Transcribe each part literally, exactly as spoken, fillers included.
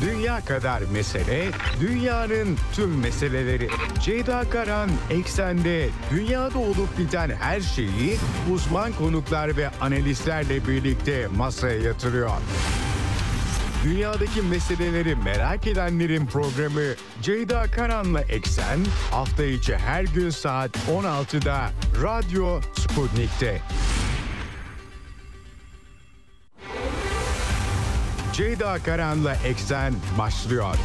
Dünya kadar mesele, dünyanın tüm meseleleri. Ceyda Karan Eksen'de dünyada olup biten her şeyi uzman konuklar ve analistlerle birlikte masaya yatırıyor. Dünyadaki meseleleri merak edenlerin programı Ceyda Karan'la Eksen hafta içi her gün saat on altıda Radyo Sputnik'te. Ceyda Karan'la Eksen başlıyor.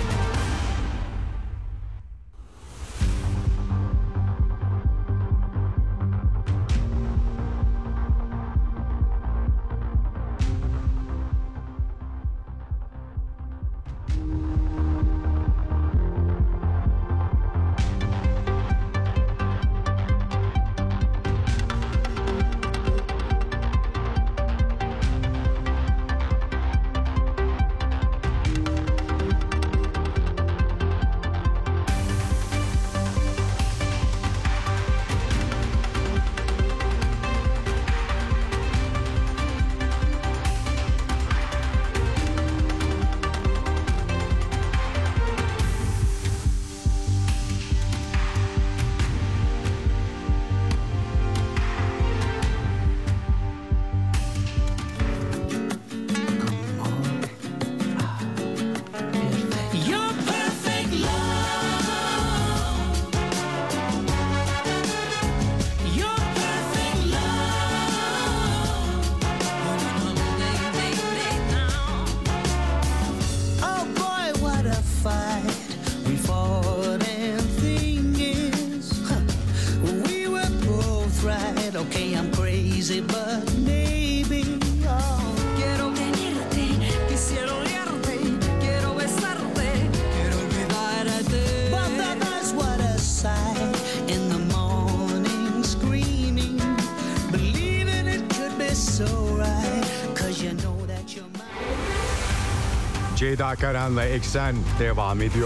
Ceyda Karan'la Eksen devam ediyor.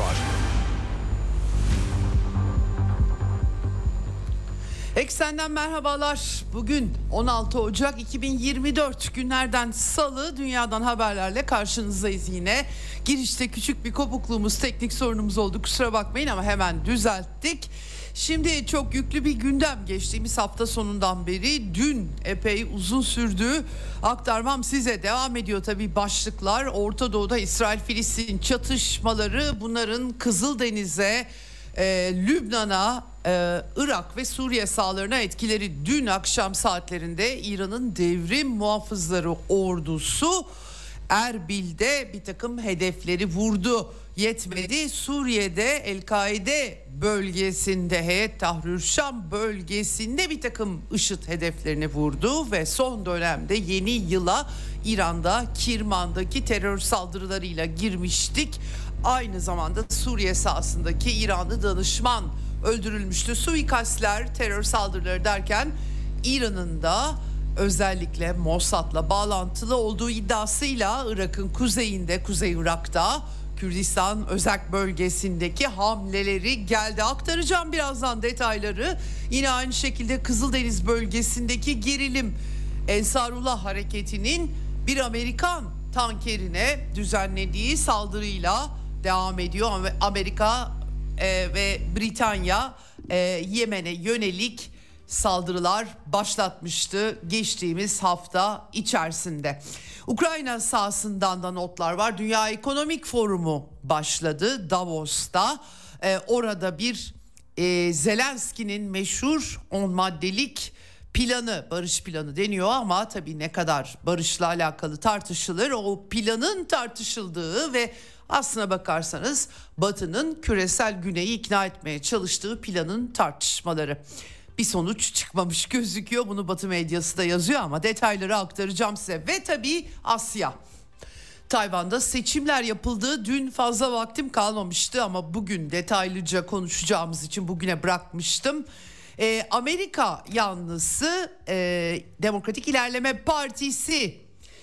Eksen'den merhabalar. Bugün on altı Ocak iki bin yirmi dört günlerden Salı, dünyadan haberlerle karşınızdayız yine. Girişte küçük bir kopukluğumuz, teknik sorunumuz oldu, kusura bakmayın ama hemen düzelttik. Şimdi çok yüklü bir gündem geçtiğimiz hafta sonundan beri, dün epey uzun sürdü. Aktarmam size devam ediyor tabii başlıklar. Orta Doğu'da İsrail-Filistin çatışmaları, bunların Kızıldeniz'e, e, Lübnan'a, e, Irak ve Suriye sahalarına etkileri. Dün akşam saatlerinde İran'ın devrim muhafızları ordusu Erbil'de bir takım hedefleri vurdu. Yetmedi, Suriye'de El-Kaide bölgesinde, Heyet Tahrir Şam bölgesinde bir takım IŞİD hedeflerini vurdu ve son dönemde yeni yıla İran'da Kirman'daki terör saldırılarıyla girmiştik. Aynı zamanda Suriye sahasındaki İranlı danışman öldürülmüştü. Suikastler, terör saldırıları derken İran'ın da özellikle Mossad'la bağlantılı olduğu iddiasıyla Irak'ın kuzeyinde, Kuzey Irak'ta Kürdistan Özerk bölgesindeki hamleleri geldi. Aktaracağım birazdan detayları. Yine aynı şekilde Kızıldeniz bölgesindeki gerilim, Ensarullah hareketinin bir Amerikan tankerine düzenlediği saldırıyla devam ediyor. Amerika e, ve Britanya e, Yemen'e yönelik saldırılar başlatmıştı geçtiğimiz hafta içerisinde. Ukrayna sahasından da notlar var. Dünya Ekonomik Forumu başladı Davos'ta. Ee, orada bir e, Zelenski'nin meşhur on maddelik planı, barış planı deniyor ama tabii ne kadar barışla alakalı tartışılır. O planın tartışıldığı ve aslına bakarsanız Batı'nın küresel güneyi ikna etmeye çalıştığı planın tartışmaları. Bir sonuç çıkmamış gözüküyor. Bunu Batı medyası da yazıyor ama detayları aktaracağım size. Ve tabii Asya. Tayvan'da seçimler yapıldı. Dün fazla vaktim kalmamıştı ama bugün detaylıca konuşacağımız için bugüne bırakmıştım. Ee, Amerika yanlısı e, Demokratik İlerleme Partisi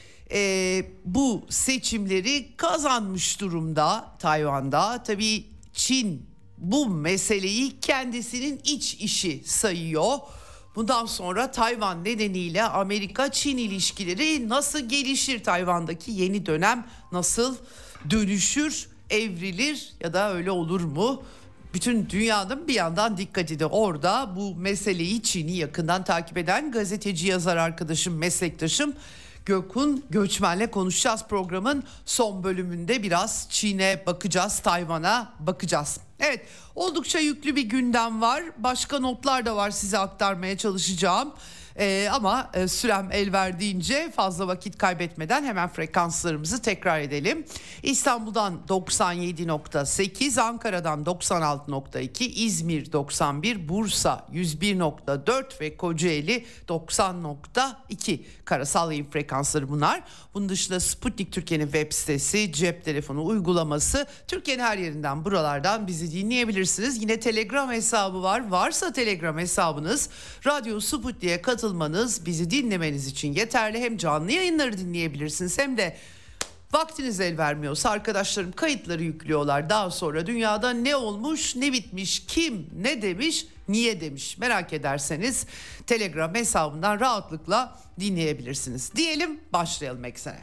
e, bu seçimleri kazanmış durumda Tayvan'da. Tabii Çin bu meseleyi kendisinin iç işi sayıyor. Bundan sonra Tayvan nedeniyle Amerika-Çin ilişkileri nasıl gelişir? Tayvan'daki yeni dönem nasıl dönüşür? evrilir ya da öyle olur mu? Bütün dünyanın bir yandan dikkati de orada. Bu meseleyi, Çin'i yakından takip eden gazeteci, yazar arkadaşım, meslektaşım Gökhan Göçmen'le konuşacağız. Programın son bölümünde biraz Çin'e bakacağız, Tayvan'a bakacağız. Evet, oldukça yüklü bir gündem var. Başka notlar da var, size aktarmaya çalışacağım. Ee, ama e, sürem el verdiğince fazla vakit kaybetmeden hemen frekanslarımızı tekrar edelim. İstanbul'dan doksan yedi nokta sekiz, Ankara'dan doksan altı nokta iki, İzmir doksan bir, Bursa yüz bir nokta dört ve Kocaeli doksan nokta iki karasal yayın frekansları bunlar. Bunun dışında Sputnik Türkiye'nin web sitesi, cep telefonu uygulaması, Türkiye'nin her yerinden, buralardan bizi dinleyebilirsiniz. Yine Telegram hesabı var. Varsa Telegram hesabınız, Radyo Sputnik'e katılmanız, bizi dinlemeniz için yeterli. Hem canlı yayınları dinleyebilirsiniz hem de vaktiniz el vermiyorsa arkadaşlarım kayıtları yüklüyorlar. Daha sonra dünyada ne olmuş, ne bitmiş, kim ne demiş, niye demiş, merak ederseniz Telegram hesabından rahatlıkla dinleyebilirsiniz. Diyelim, başlayalım eksene.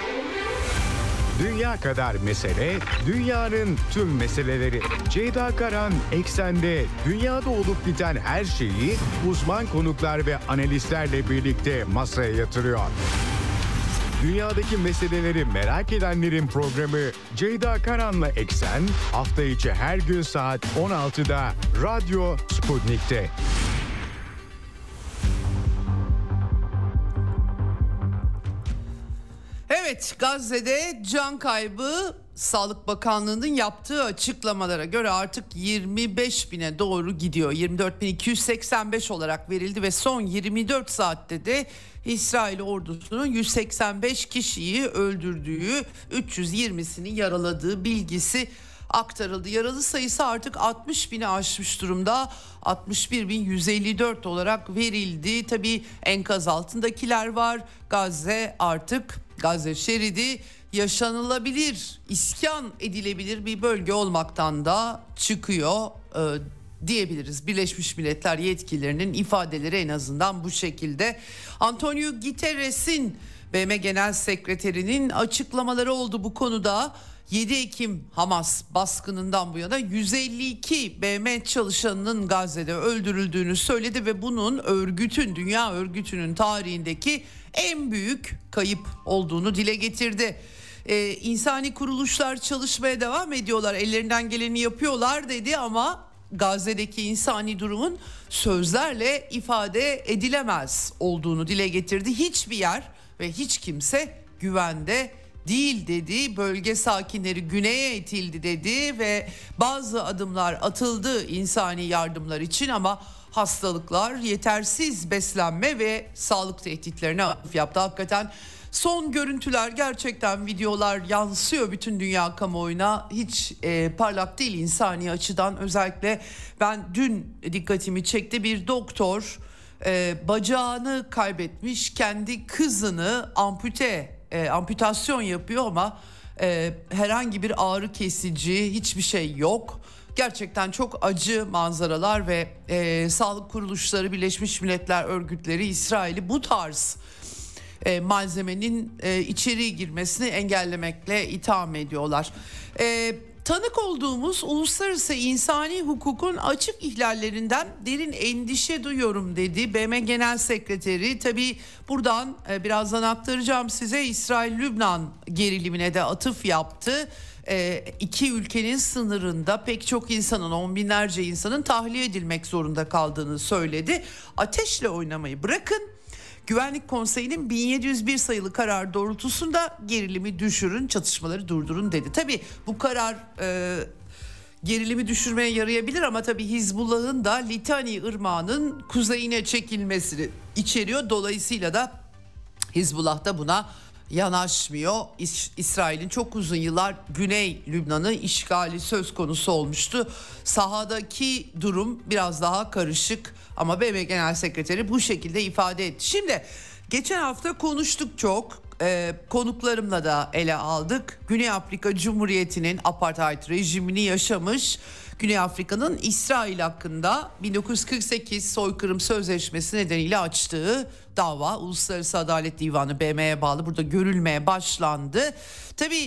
Dünya kadar mesele, dünyanın tüm meseleleri. Ceyda Karan Eksen'de dünyada olup biten her şeyi uzman konuklar ve analistlerle birlikte masaya yatırıyor. Dünyadaki meseleleri merak edenlerin programı Ceyda Karan'la Eksen, hafta içi her gün saat on altıda Radyo Sputnik'te. Evet, Gazze'de can kaybı, Sağlık Bakanlığı'nın yaptığı açıklamalara göre artık yirmi beş bine doğru gidiyor. yirmi dört bin iki yüz seksen beş olarak verildi ve son yirmi dört saatte de İsrail ordusunun yüz seksen beş kişiyi öldürdüğü, üç yüz yirmisini yaraladığı bilgisi aktarıldı. Yaralı sayısı artık altmış bini aşmış durumda. altmış bir bin yüz elli dört olarak verildi. Tabii enkaz altındakiler var. Gazze artık, Gazze şeridi yaşanılabilir, iskan edilebilir bir bölge olmaktan da çıkıyor e, diyebiliriz. Birleşmiş Milletler yetkililerinin ifadeleri en azından bu şekilde. Antonio Guterres'in, B M Genel Sekreterinin açıklamaları oldu bu konuda. yedi Ekim Hamas baskınından bu yana yüz elli iki B M çalışanının Gazze'de öldürüldüğünü söyledi ve bunun örgütün, dünya örgütünün tarihindeki en büyük kayıp olduğunu dile getirdi. Ee, insani kuruluşlar çalışmaya devam ediyorlar, ellerinden geleni yapıyorlar dedi ama Gazze'deki insani durumun sözlerle ifade edilemez olduğunu dile getirdi. Hiçbir yer ve hiç kimse güvende değil dedi. Bölge sakinleri güneye itildi dedi ve bazı adımlar atıldı insani yardımlar için ama hastalıklar, yetersiz beslenme ve sağlık tehditlerine atıf yaptı. Hakikaten son görüntüler, gerçekten videolar yansıyor bütün dünya kamuoyuna. Hiç e, parlak değil insani açıdan. Özellikle ben dün dikkatimi çekti, bir doktor e, bacağını kaybetmiş, kendi kızını ampute E, amputasyon yapıyor ama e, herhangi bir ağrı kesici hiçbir şey yok. Gerçekten çok acı manzaralar ve e, sağlık kuruluşları, Birleşmiş Milletler örgütleri İsrail'i bu tarz e, malzemenin e, içeriye girmesini engellemekle itham ediyorlar. E, Tanık olduğumuz uluslararası insani hukukun açık ihlallerinden derin endişe duyuyorum dedi B M Genel Sekreteri. Tabii buradan e, birazdan aktaracağım size, İsrail-Lübnan gerilimine de atıf yaptı. E, iki ülkenin sınırında pek çok insanın, on binlerce insanın tahliye edilmek zorunda kaldığını söyledi. Ateşle oynamayı bırakın, Güvenlik Konseyi'nin bin yedi yüz bir sayılı karar doğrultusunda gerilimi düşürün, çatışmaları durdurun dedi. Tabii bu karar e, gerilimi düşürmeye yarayabilir ama tabii Hizbullah'ın da Litani Irmağı'nın kuzeyine çekilmesini içeriyor. Dolayısıyla da Hizbullah da buna yanaşmıyor. İs- İsrail'in çok uzun yıllar Güney Lübnan'ı işgali söz konusu olmuştu. Sahadaki durum biraz daha karışık ama B M Genel Sekreteri bu şekilde ifade etti. Şimdi geçen hafta konuştuk çok, e, konuklarımla da ele aldık. Güney Afrika Cumhuriyeti'nin apartheid rejimini yaşamış, Güney Afrika'nın İsrail hakkında bin dokuz yüz kırk sekiz soykırım sözleşmesi nedeniyle açtığı dava Uluslararası Adalet Divanı B M'ye bağlı burada görülmeye başlandı. Tabii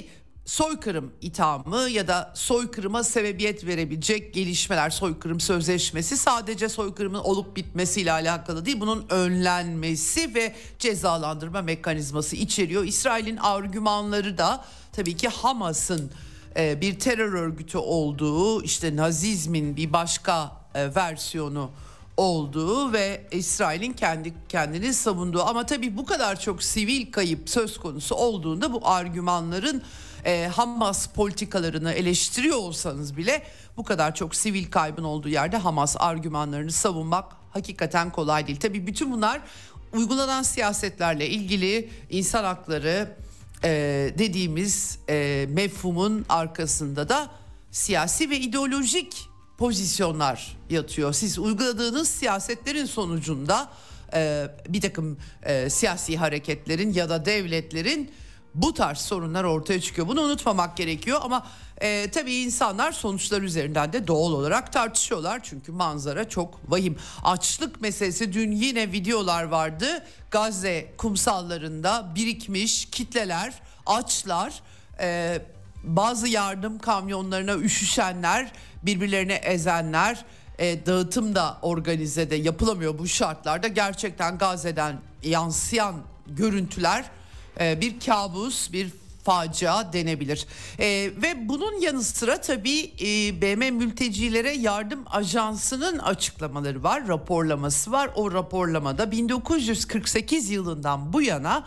soykırım ithamı ya da soykırıma sebebiyet verebilecek gelişmeler, soykırım sözleşmesi sadece soykırımın olup bitmesiyle alakalı değil, bunun önlenmesi ve cezalandırma mekanizması içeriyor. İsrail'in argümanları da tabii ki Hamas'ın e, bir terör örgütü olduğu, işte Nazizmin bir başka e, versiyonu olduğu ve İsrail'in kendi kendini savunduğu, ama tabii bu kadar çok sivil kayıp söz konusu olduğunda bu argümanların e, Hamas politikalarını eleştiriyor olsanız bile bu kadar çok sivil kaybın olduğu yerde Hamas argümanlarını savunmak hakikaten kolay değil. Tabii bütün bunlar uygulanan siyasetlerle ilgili, insan hakları e, dediğimiz e, mefhumun arkasında da siyasi ve ideolojik pozisyonlar yatıyor. Siz uyguladığınız siyasetlerin sonucunda e, bir takım e, siyasi hareketlerin ya da devletlerin bu tarz sorunlar ortaya çıkıyor. Bunu unutmamak gerekiyor ama e, tabii insanlar sonuçlar üzerinden de doğal olarak tartışıyorlar. Çünkü manzara çok vahim. Açlık meselesi, dün yine videolar vardı. Gazze kumsallarında birikmiş kitleler, açlar, e, bazı yardım kamyonlarına üşüşenler, birbirlerine ezenler, e, dağıtım da organize de yapılamıyor bu şartlarda. Gerçekten Gazze'den yansıyan görüntüler e, bir kabus, bir facia denebilir. E, ve bunun yanı sıra tabii e, B M Mültecilere Yardım Ajansı'nın açıklamaları var, raporlaması var. O raporlamada bin dokuz yüz kırk sekiz yılından bu yana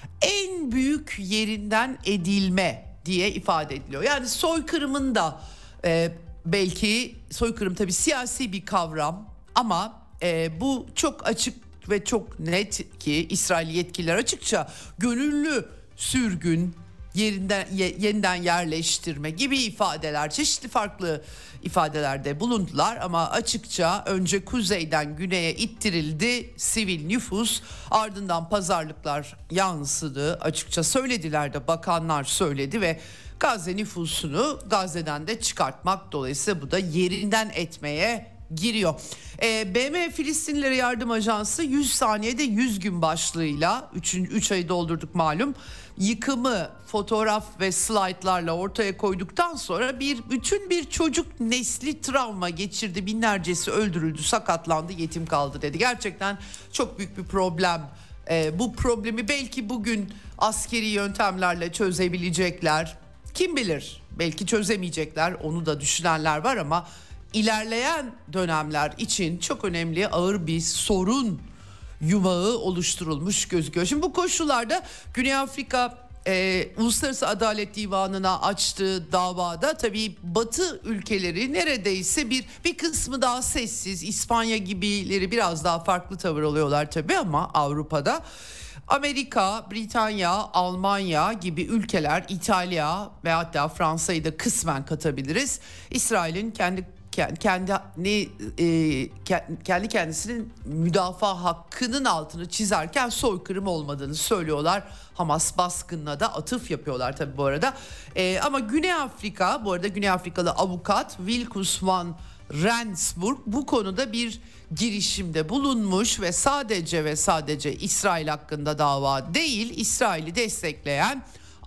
en büyük yerinden edilme diye ifade ediliyor. Yani soykırımın da e, belki soykırım tabii siyasi bir kavram ama e, bu çok açık ve çok net ki İsrail yetkililer açıkça gönüllü sürgün, yerinden ye, yeniden yerleştirme gibi ifadeler, çeşitli farklı ifadelerde bulundular ama açıkça önce kuzeyden güneye ittirildi sivil nüfus, ardından pazarlıklar yansıdı, açıkça söylediler de, bakanlar söyledi ve Gazze nüfusunu Gazze'den de çıkartmak, dolayısıyla bu da yerinden etmeye giriyor. E, B M Filistinlilere Yardım Ajansı yüz saniyede yüz gün başlığıyla üç ayı doldurduk malum, yıkımı fotoğraf ve slaytlarla ortaya koyduktan sonra bir bütün bir çocuk nesli travma geçirdi, binlercesi öldürüldü, sakatlandı, yetim kaldı dedi. Gerçekten çok büyük bir problem. E, bu problemi belki bugün askeri yöntemlerle çözebilecekler, kim bilir belki çözemeyecekler, onu da düşünenler var ama ilerleyen dönemler için çok önemli, ağır bir sorun yumağı oluşturulmuş gözüküyor. Şimdi bu koşullarda Güney Afrika e, Uluslararası Adalet Divanı'na açtığı davada tabii Batı ülkeleri neredeyse bir bir kısmı daha sessiz. İspanya gibileri biraz daha farklı tavır alıyorlar tabii ama Avrupa'da Amerika, Britanya, Almanya gibi ülkeler, İtalya ve hatta Fransa'yı da kısmen katabiliriz, İsrail'in kendi kendi ne kendi kendisinin müdafaa hakkının altını çizerken soykırım olmadığını söylüyorlar. Hamas baskınına da atıf yapıyorlar tabii bu arada. E, ama Güney Afrika, bu arada Güney Afrikalı avukat Wilkus van Rensburg bu konuda bir girişimde bulunmuş ve sadece ve sadece İsrail hakkında dava değil, İsrail'i destekleyen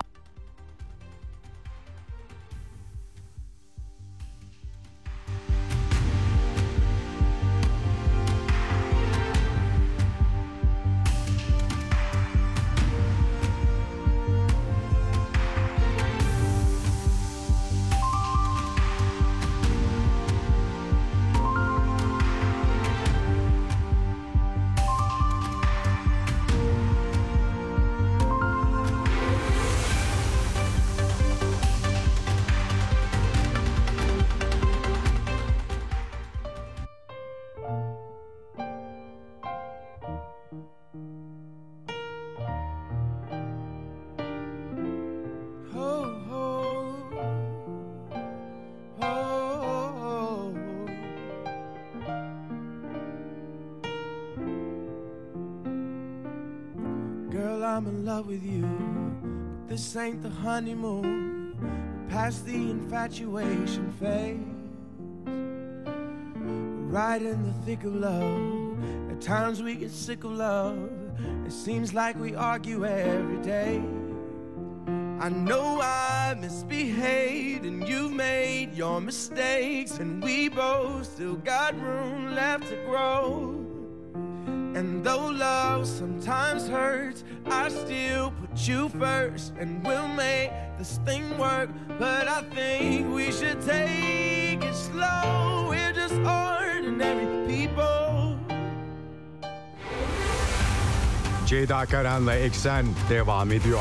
I'm in love with you, but this ain't the honeymoon. We're past the infatuation phase. We're right in the thick of love. At times we get sick of love. It seems like we argue every day. I know I misbehaved and you've made your mistakes, and we both still got room left to grow. And though love sometimes hurts, I still put you first, and we'll make this thing work. But I think we should take it slow. We're just ordinary people. Ceyda Karan'la Eksen devam ediyor.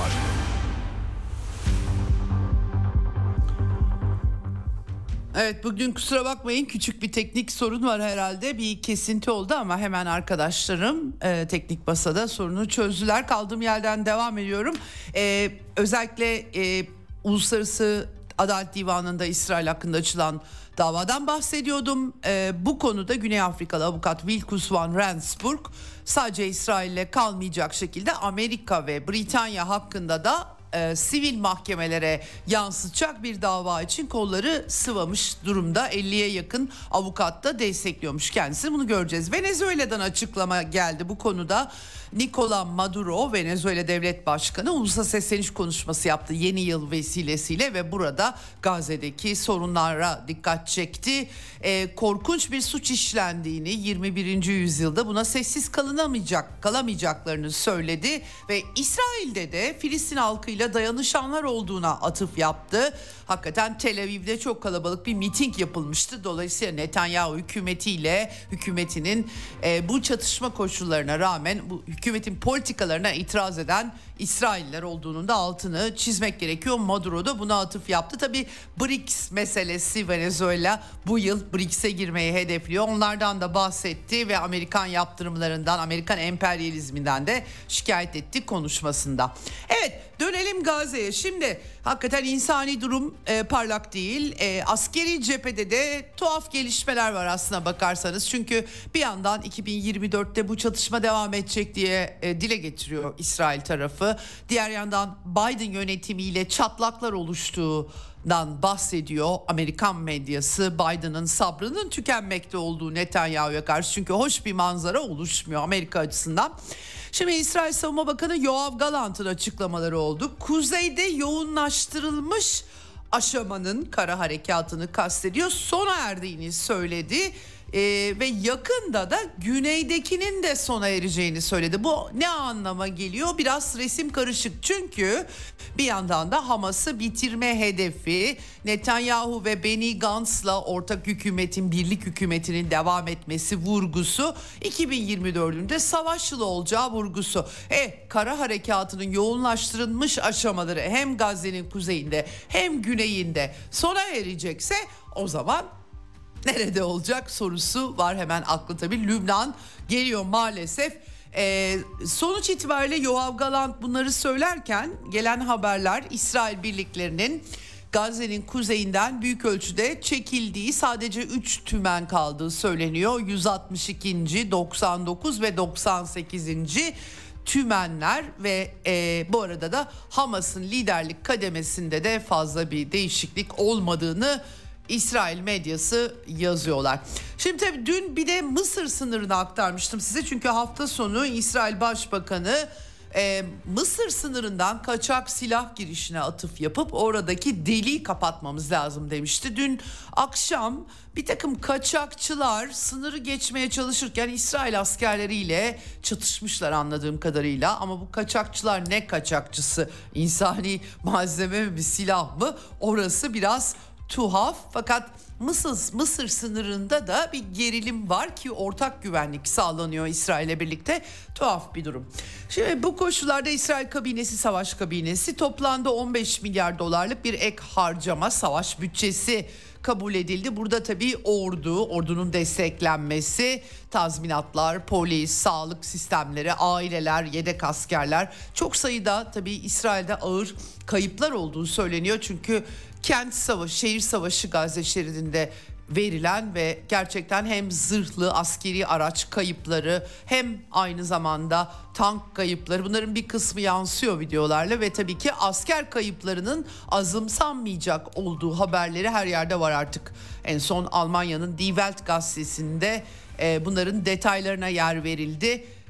Evet, bugün kusura bakmayın, küçük bir teknik sorun var herhalde. Bir kesinti oldu ama hemen arkadaşlarım e, teknik masada sorunu çözdüler. Kaldığım yerden devam ediyorum. E, özellikle e, Uluslararası Adalet Divanı'nda İsrail hakkında açılan davadan bahsediyordum. E, bu konuda Güney Afrikalı avukat Wilkus van Rensburg sadece İsrail'le kalmayacak şekilde Amerika ve Britanya hakkında da E, sivil mahkemelere yansıtacak bir dava için kolları sıvamış durumda. elliye yakın avukat da destekliyormuş kendisini, bunu göreceğiz. Venezuela'dan açıklama geldi bu konuda. Nicolas Maduro, Venezuela Devlet Başkanı, ulusa sesleniş konuşması yaptı yeni yıl vesilesiyle ve burada Gazze'deki sorunlara dikkat çekti. E, korkunç bir suç işlendiğini, yirmi birinci yüzyılda buna sessiz kalınamayacak, kalamayacaklarını söyledi ve İsrail'de de Filistin halkıyla dayanışanlar olduğuna atıf yaptı. Hakikaten Tel Aviv'de çok kalabalık bir miting yapılmıştı. Dolayısıyla Netanyahu hükümetiyle, hükümetinin e, bu çatışma koşullarına rağmen bu hükümetin politikalarına itiraz eden İsrailler olduğunun da altını çizmek gerekiyor. Maduro da buna atıf yaptı. Tabii B R I C S meselesi, Venezuela bu yıl B R I C S'e girmeyi hedefliyor. Onlardan da bahsetti ve Amerikan yaptırımlarından, Amerikan emperyalizminden de şikayet etti konuşmasında. Evet, dönelim Gazze'ye. Şimdi hakikaten insani durum e, parlak değil. E, askeri cephede de tuhaf gelişmeler var aslına bakarsanız. Çünkü bir yandan iki bin yirmi dörtte bu çatışma devam edecek diye e, dile getiriyor İsrail tarafı. Diğer yandan Biden yönetimiyle çatlaklar oluştuğundan bahsediyor Amerikan medyası. Biden'ın sabrının tükenmekte olduğu Netanyahu'ya karşı, çünkü hoş bir manzara oluşmuyor Amerika açısından. Şimdi İsrail Savunma Bakanı Yoav Gallant'ın açıklamaları oldu. Kuzeyde yoğunlaştırılmış aşamanın kara harekatını kastediyor, sona erdiğini söyledi. Ee, ve yakında da güneydekinin de sona ereceğini söyledi. Bu ne anlama geliyor? Biraz resim karışık, çünkü bir yandan da Hamas'ı bitirme hedefi, Netanyahu ve Benny Gantz'la ortak hükümetin, birlik hükümetinin devam etmesi vurgusu, iki bin yirmi dördünde savaş yılı olacağı vurgusu. E, kara harekatının yoğunlaştırılmış aşamaları hem Gazze'nin kuzeyinde hem güneyinde sona erecekse o zaman nerede olacak sorusu var hemen aklı tabii. Lübnan geliyor maalesef. Ee, sonuç itibariyle Yoav Gallant bunları söylerken gelen haberler İsrail birliklerinin Gazze'nin kuzeyinden büyük ölçüde çekildiği, sadece üç tümen kaldığı söyleniyor. yüz altmış ikinci, doksan dokuz ve doksan sekizinci tümenler ve e, bu arada da Hamas'ın liderlik kademesinde de fazla bir değişiklik olmadığını İsrail medyası yazıyorlar. Şimdi tabii dün bir de Mısır sınırını aktarmıştım size. Çünkü hafta sonu İsrail Başbakanı e, Mısır sınırından kaçak silah girişine atıf yapıp oradaki deliği kapatmamız lazım demişti. Dün akşam bir takım kaçakçılar sınırı geçmeye çalışırken İsrail askerleriyle çatışmışlar anladığım kadarıyla. Ama bu kaçakçılar ne kaçakçısı? İnsani malzeme mi, bir silah mı? Orası biraz tuhaf. Fakat Mısır, Mısır sınırında da bir gerilim var ki ortak güvenlik sağlanıyor İsrail'le birlikte. Tuhaf bir durum. Şimdi bu koşullarda İsrail kabinesi, savaş kabinesi toplamda on beş milyar dolarlık bir ek harcama, savaş bütçesi kabul edildi. Burada tabii ordu, ordunun desteklenmesi, tazminatlar, polis, sağlık sistemleri, aileler, yedek askerler, çok sayıda tabii İsrail'de ağır kayıplar olduğu söyleniyor. Çünkü kent savaşı, şehir savaşı Gazze şeridinde verilen ve gerçekten hem zırhlı askeri araç kayıpları hem aynı zamanda tank kayıpları, bunların bir kısmı yansıyor videolarla ve tabii ki asker kayıplarının azımsanmayacak olduğu haberleri her yerde var artık. En son Almanya'nın Die Welt gazetesinde e, bunların detaylarına yer verildi.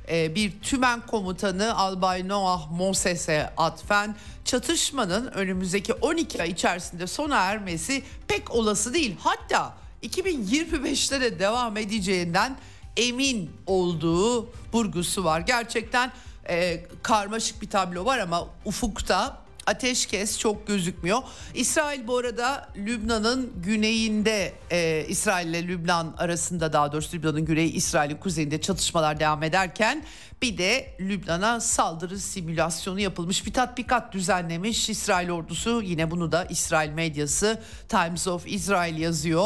e, bir tümen komutanı Albay Noah Moses'e atfen çatışmanın önümüzdeki on iki ay içerisinde sona ermesi pek olası değil. Hatta iki bin yirmi beşte de devam edeceğinden emin olduğu vurgusu var. Gerçekten e, karmaşık bir tablo var ama ufukta ateşkes çok gözükmüyor. İsrail bu arada Lübnan'ın güneyinde, e, İsrail ile Lübnan arasında, daha doğrusu Lübnan'ın güneyi İsrail'in kuzeyinde çatışmalar devam ederken bir de Lübnan'a saldırı simülasyonu yapılmış bir tatbikat düzenlemiş İsrail ordusu. Yine bunu da İsrail medyası Times of Israel yazıyor.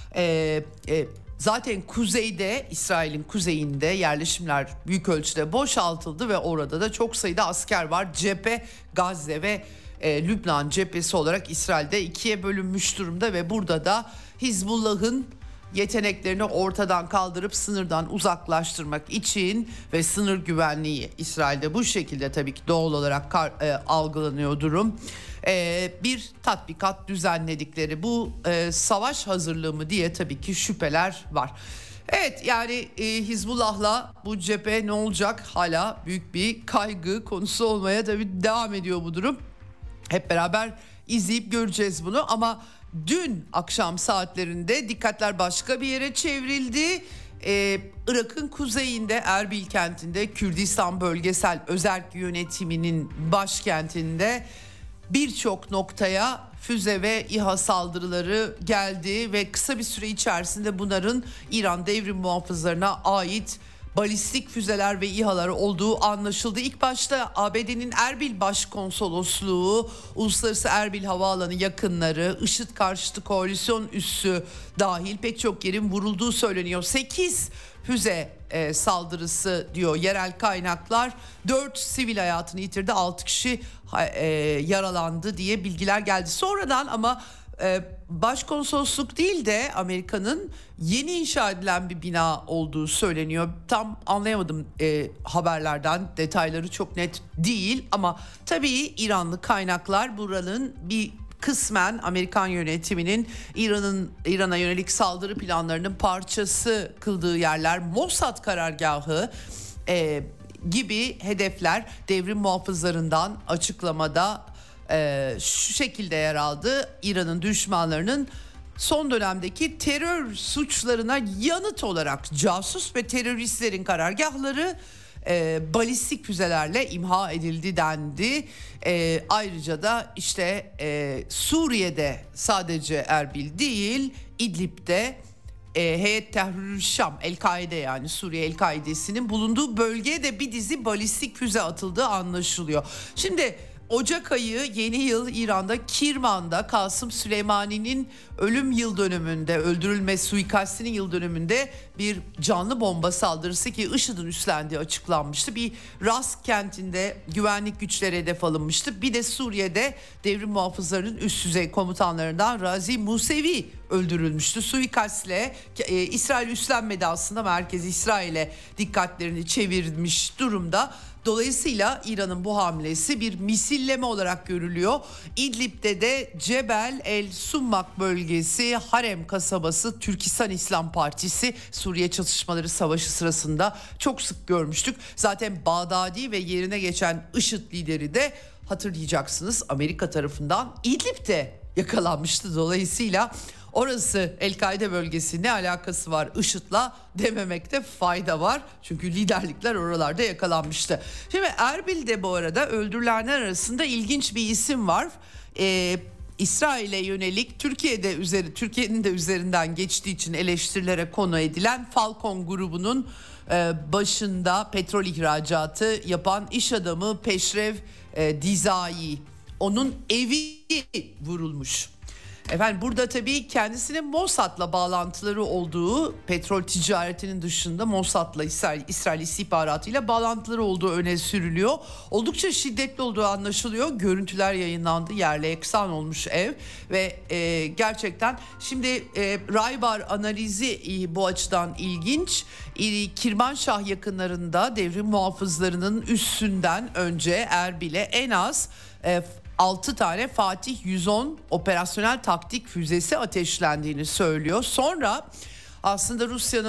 E, e, Zaten kuzeyde, İsrail'in kuzeyinde yerleşimler büyük ölçüde boşaltıldı ve orada da çok sayıda asker var. Cephe Gazze ve e, Lübnan cephesi olarak İsrail'de ikiye bölünmüş durumda ve burada da Hizbullah'ın yeteneklerini ortadan kaldırıp sınırdan uzaklaştırmak için ve sınır güvenliği İsrail'de bu şekilde tabii ki doğal olarak kar, e, algılanıyor durum. E, bir tatbikat düzenledikleri bu e, savaş hazırlığı mı diye tabii ki şüpheler var. Evet, yani e, Hizbullah'la bu cephe ne olacak hala büyük bir kaygı konusu olmaya tabii devam ediyor bu durum. Hep beraber izleyip göreceğiz bunu ama dün akşam saatlerinde dikkatler başka bir yere çevrildi. Ee, Irak'ın kuzeyinde Erbil kentinde Kürdistan Bölgesel Özerk Yönetimi'nin başkentinde birçok noktaya füze ve İHA saldırıları geldi ve kısa bir süre içerisinde bunların İran devrim muhafızlarına ait balistik füzeler ve İHA'lar olduğu anlaşıldı. İlk başta A B D'nin Erbil Başkonsolosluğu, Uluslararası Erbil Havaalanı yakınları, IŞİD karşıtı koalisyon üssü dahil pek çok yerin vurulduğu söyleniyor. sekiz füze e, saldırısı diyor yerel kaynaklar. dört sivil hayatını yitirdi, altı kişi e, yaralandı diye bilgiler geldi. Sonradan ama e, başkonsolosluk değil de Amerika'nın yeni inşa edilen bir bina olduğu söyleniyor. Tam anlayamadım e, haberlerden, detayları çok net değil ama tabii İranlı kaynaklar buranın bir kısmen Amerikan yönetiminin İran'ın İran'a yönelik saldırı planlarının parçası kıldığı yerler, Mossad karargahı e, gibi hedefler devrim muhafızlarından açıklamada e, şu şekilde yer aldı. İran'ın düşmanlarının son dönemdeki terör suçlarına yanıt olarak casus ve teröristlerin karargahları E, balistik füzelerle imha edildi dendi. E, ayrıca da işte e, Suriye'de sadece Erbil değil, İdlib'de e, Heyet Tahrir Şam, El-Kaide yani Suriye El-Kaide'sinin bulunduğu bölgeye de bir dizi balistik füze atıldığı anlaşılıyor. Şimdi Ocak ayı yeni yıl İran'da Kirman'da Kasım Süleymani'nin ölüm yıl dönümünde, öldürülme suikastinin yıl dönümünde bir canlı bomba saldırısı ki IŞİD'in üstlendiği açıklanmıştı. Bir Ras kentinde güvenlik güçleri hedef alınmıştı. Bir de Suriye'de devrim muhafızlarının üst düzey komutanlarından Razi Musevi öldürülmüştü. Suikastle e, İsrail üstlenmedi aslında, merkez İsrail'e dikkatlerini çevirmiş durumda. Dolayısıyla İran'ın bu hamlesi bir misilleme olarak görülüyor. İdlib'de de Cebel El Summak bölgesi, Harem kasabası, Türkistan İslam Partisi Suriye çatışmaları savaşı sırasında çok sık görmüştük. Zaten Bağdadi ve yerine geçen IŞİD lideri de hatırlayacaksınız Amerika tarafından İdlib'de yakalanmıştı. Dolayısıyla orası El-Kaide bölgesi, ne alakası var IŞİD'la dememekte fayda var. Çünkü liderlikler oralarda yakalanmıştı. Şimdi Erbil'de bu arada öldürülenler arasında ilginç bir isim var. Ee, İsrail'e yönelik Türkiye'de üzeri Türkiye'nin de üzerinden geçtiği için eleştirilere konu edilen Falcon grubunun e, başında petrol ihracatı yapan iş adamı Peşrev e, Dizai. Onun evi vurulmuş. Efendim burada tabii kendisinin Mossad'la bağlantıları olduğu, petrol ticaretinin dışında Mossad'la İsrail, İsrail istihbaratıyla bağlantıları olduğu öne sürülüyor. Oldukça şiddetli olduğu anlaşılıyor. Görüntüler yayınlandı. Yerle eksan olmuş ev ve e, gerçekten şimdi e, Raybar analizi e, bu açıdan ilginç. E, Kirmanşah yakınlarında devrim muhafızlarının üssünden önce Erbil'e en az e, altı tane Fatih yüz on operasyonel taktik füzesi ateşlendiğini söylüyor. Sonra aslında Rusya'nın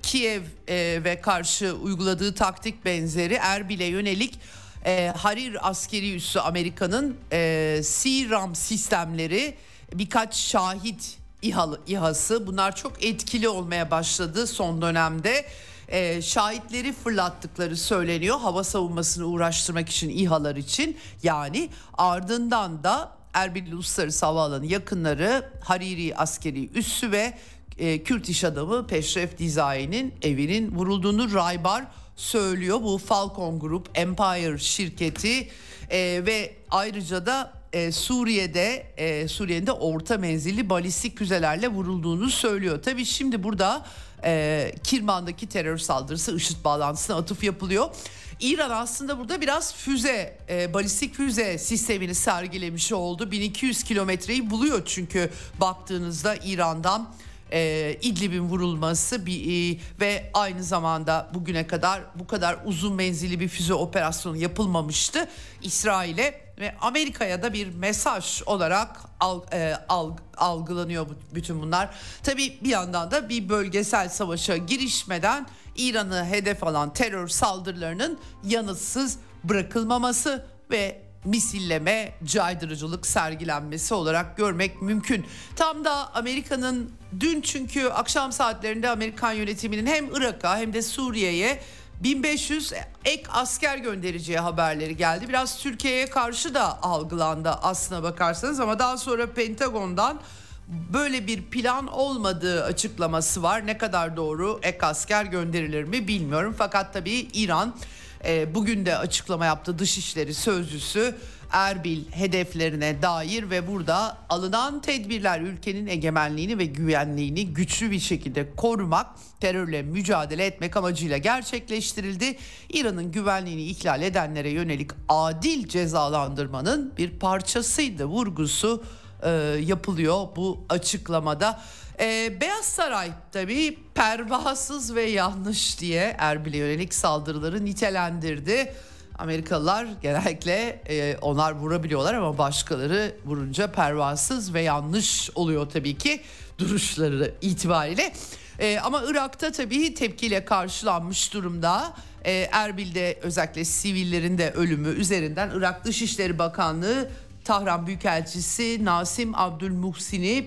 Kiev e, ve karşı uyguladığı taktik benzeri Erbil'e yönelik e, Harir askeri üssü Amerika'nın e, C-RAM sistemleri, birkaç şahit İHA'lı, İHA'sı, bunlar çok etkili olmaya başladı son dönemde. E, şahitleri fırlattıkları söyleniyor hava savunmasını uğraştırmak için, İHA'lar için. Yani ardından da Erbil Uluslararası Havaalanı yakınları Hariri askeri üssü ve e, Kürt iş adamı Peşref Dizai'nin evinin vurulduğunu Raybar söylüyor. Bu Falcon Group, Empire şirketi e, ve ayrıca da e, Suriye'de e, Suriye'de orta menzilli balistik füzelerle vurulduğunu söylüyor. Tabii şimdi burada e, Kirman'daki terör saldırısı, IŞİD bağlantısına atıf yapılıyor. İran aslında burada biraz füze, e, balistik füze sistemini sergilemiş oldu. bin iki yüz kilometreyi buluyor çünkü baktığınızda İran'dan e, İdlib'in vurulması bir, e, ve aynı zamanda bugüne kadar bu kadar uzun menzilli bir füze operasyonu yapılmamıştı. İsrail'e ve Amerika'ya da bir mesaj olarak al, e, alg, algılanıyor bütün bunlar. Tabii bir yandan da bir bölgesel savaşa girişmeden İran'ı hedef alan terör saldırılarının yanıtsız bırakılmaması ve misilleme, caydırıcılık sergilenmesi olarak görmek mümkün. Tam da Amerika'nın dün, çünkü akşam saatlerinde Amerikan yönetiminin hem Irak'a hem de Suriye'ye bin beş yüz ek asker göndereceği haberleri geldi. Biraz Türkiye'ye karşı da algılandı aslına bakarsanız, ama daha sonra Pentagon'dan böyle bir plan olmadığı açıklaması var. Ne kadar doğru, ek asker gönderilir mi bilmiyorum. Fakat tabii İran e, bugün de açıklama yaptı, Dışişleri Sözcüsü Erbil hedeflerine dair ve burada alınan tedbirler ülkenin egemenliğini ve güvenliğini güçlü bir şekilde korumak, terörle mücadele etmek amacıyla gerçekleştirildi. İran'ın güvenliğini ihlal edenlere yönelik adil cezalandırmanın bir parçasıydı vurgusu e, yapılıyor bu açıklamada. E, Beyaz Saray tabii pervasız ve yanlış diye Erbil'e yönelik saldırıları nitelendirdi. Amerikalılar genellikle e, onlar vurabiliyorlar ama başkaları vurunca pervasız ve yanlış oluyor tabii ki duruşları itibariyle. E, ama Irak'ta tabii tepkiyle karşılanmış durumda. E, Erbil'de özellikle sivillerin de ölümü üzerinden Irak Dışişleri Bakanlığı Tahran Büyükelçisi Nasim Abdülmuhsin'i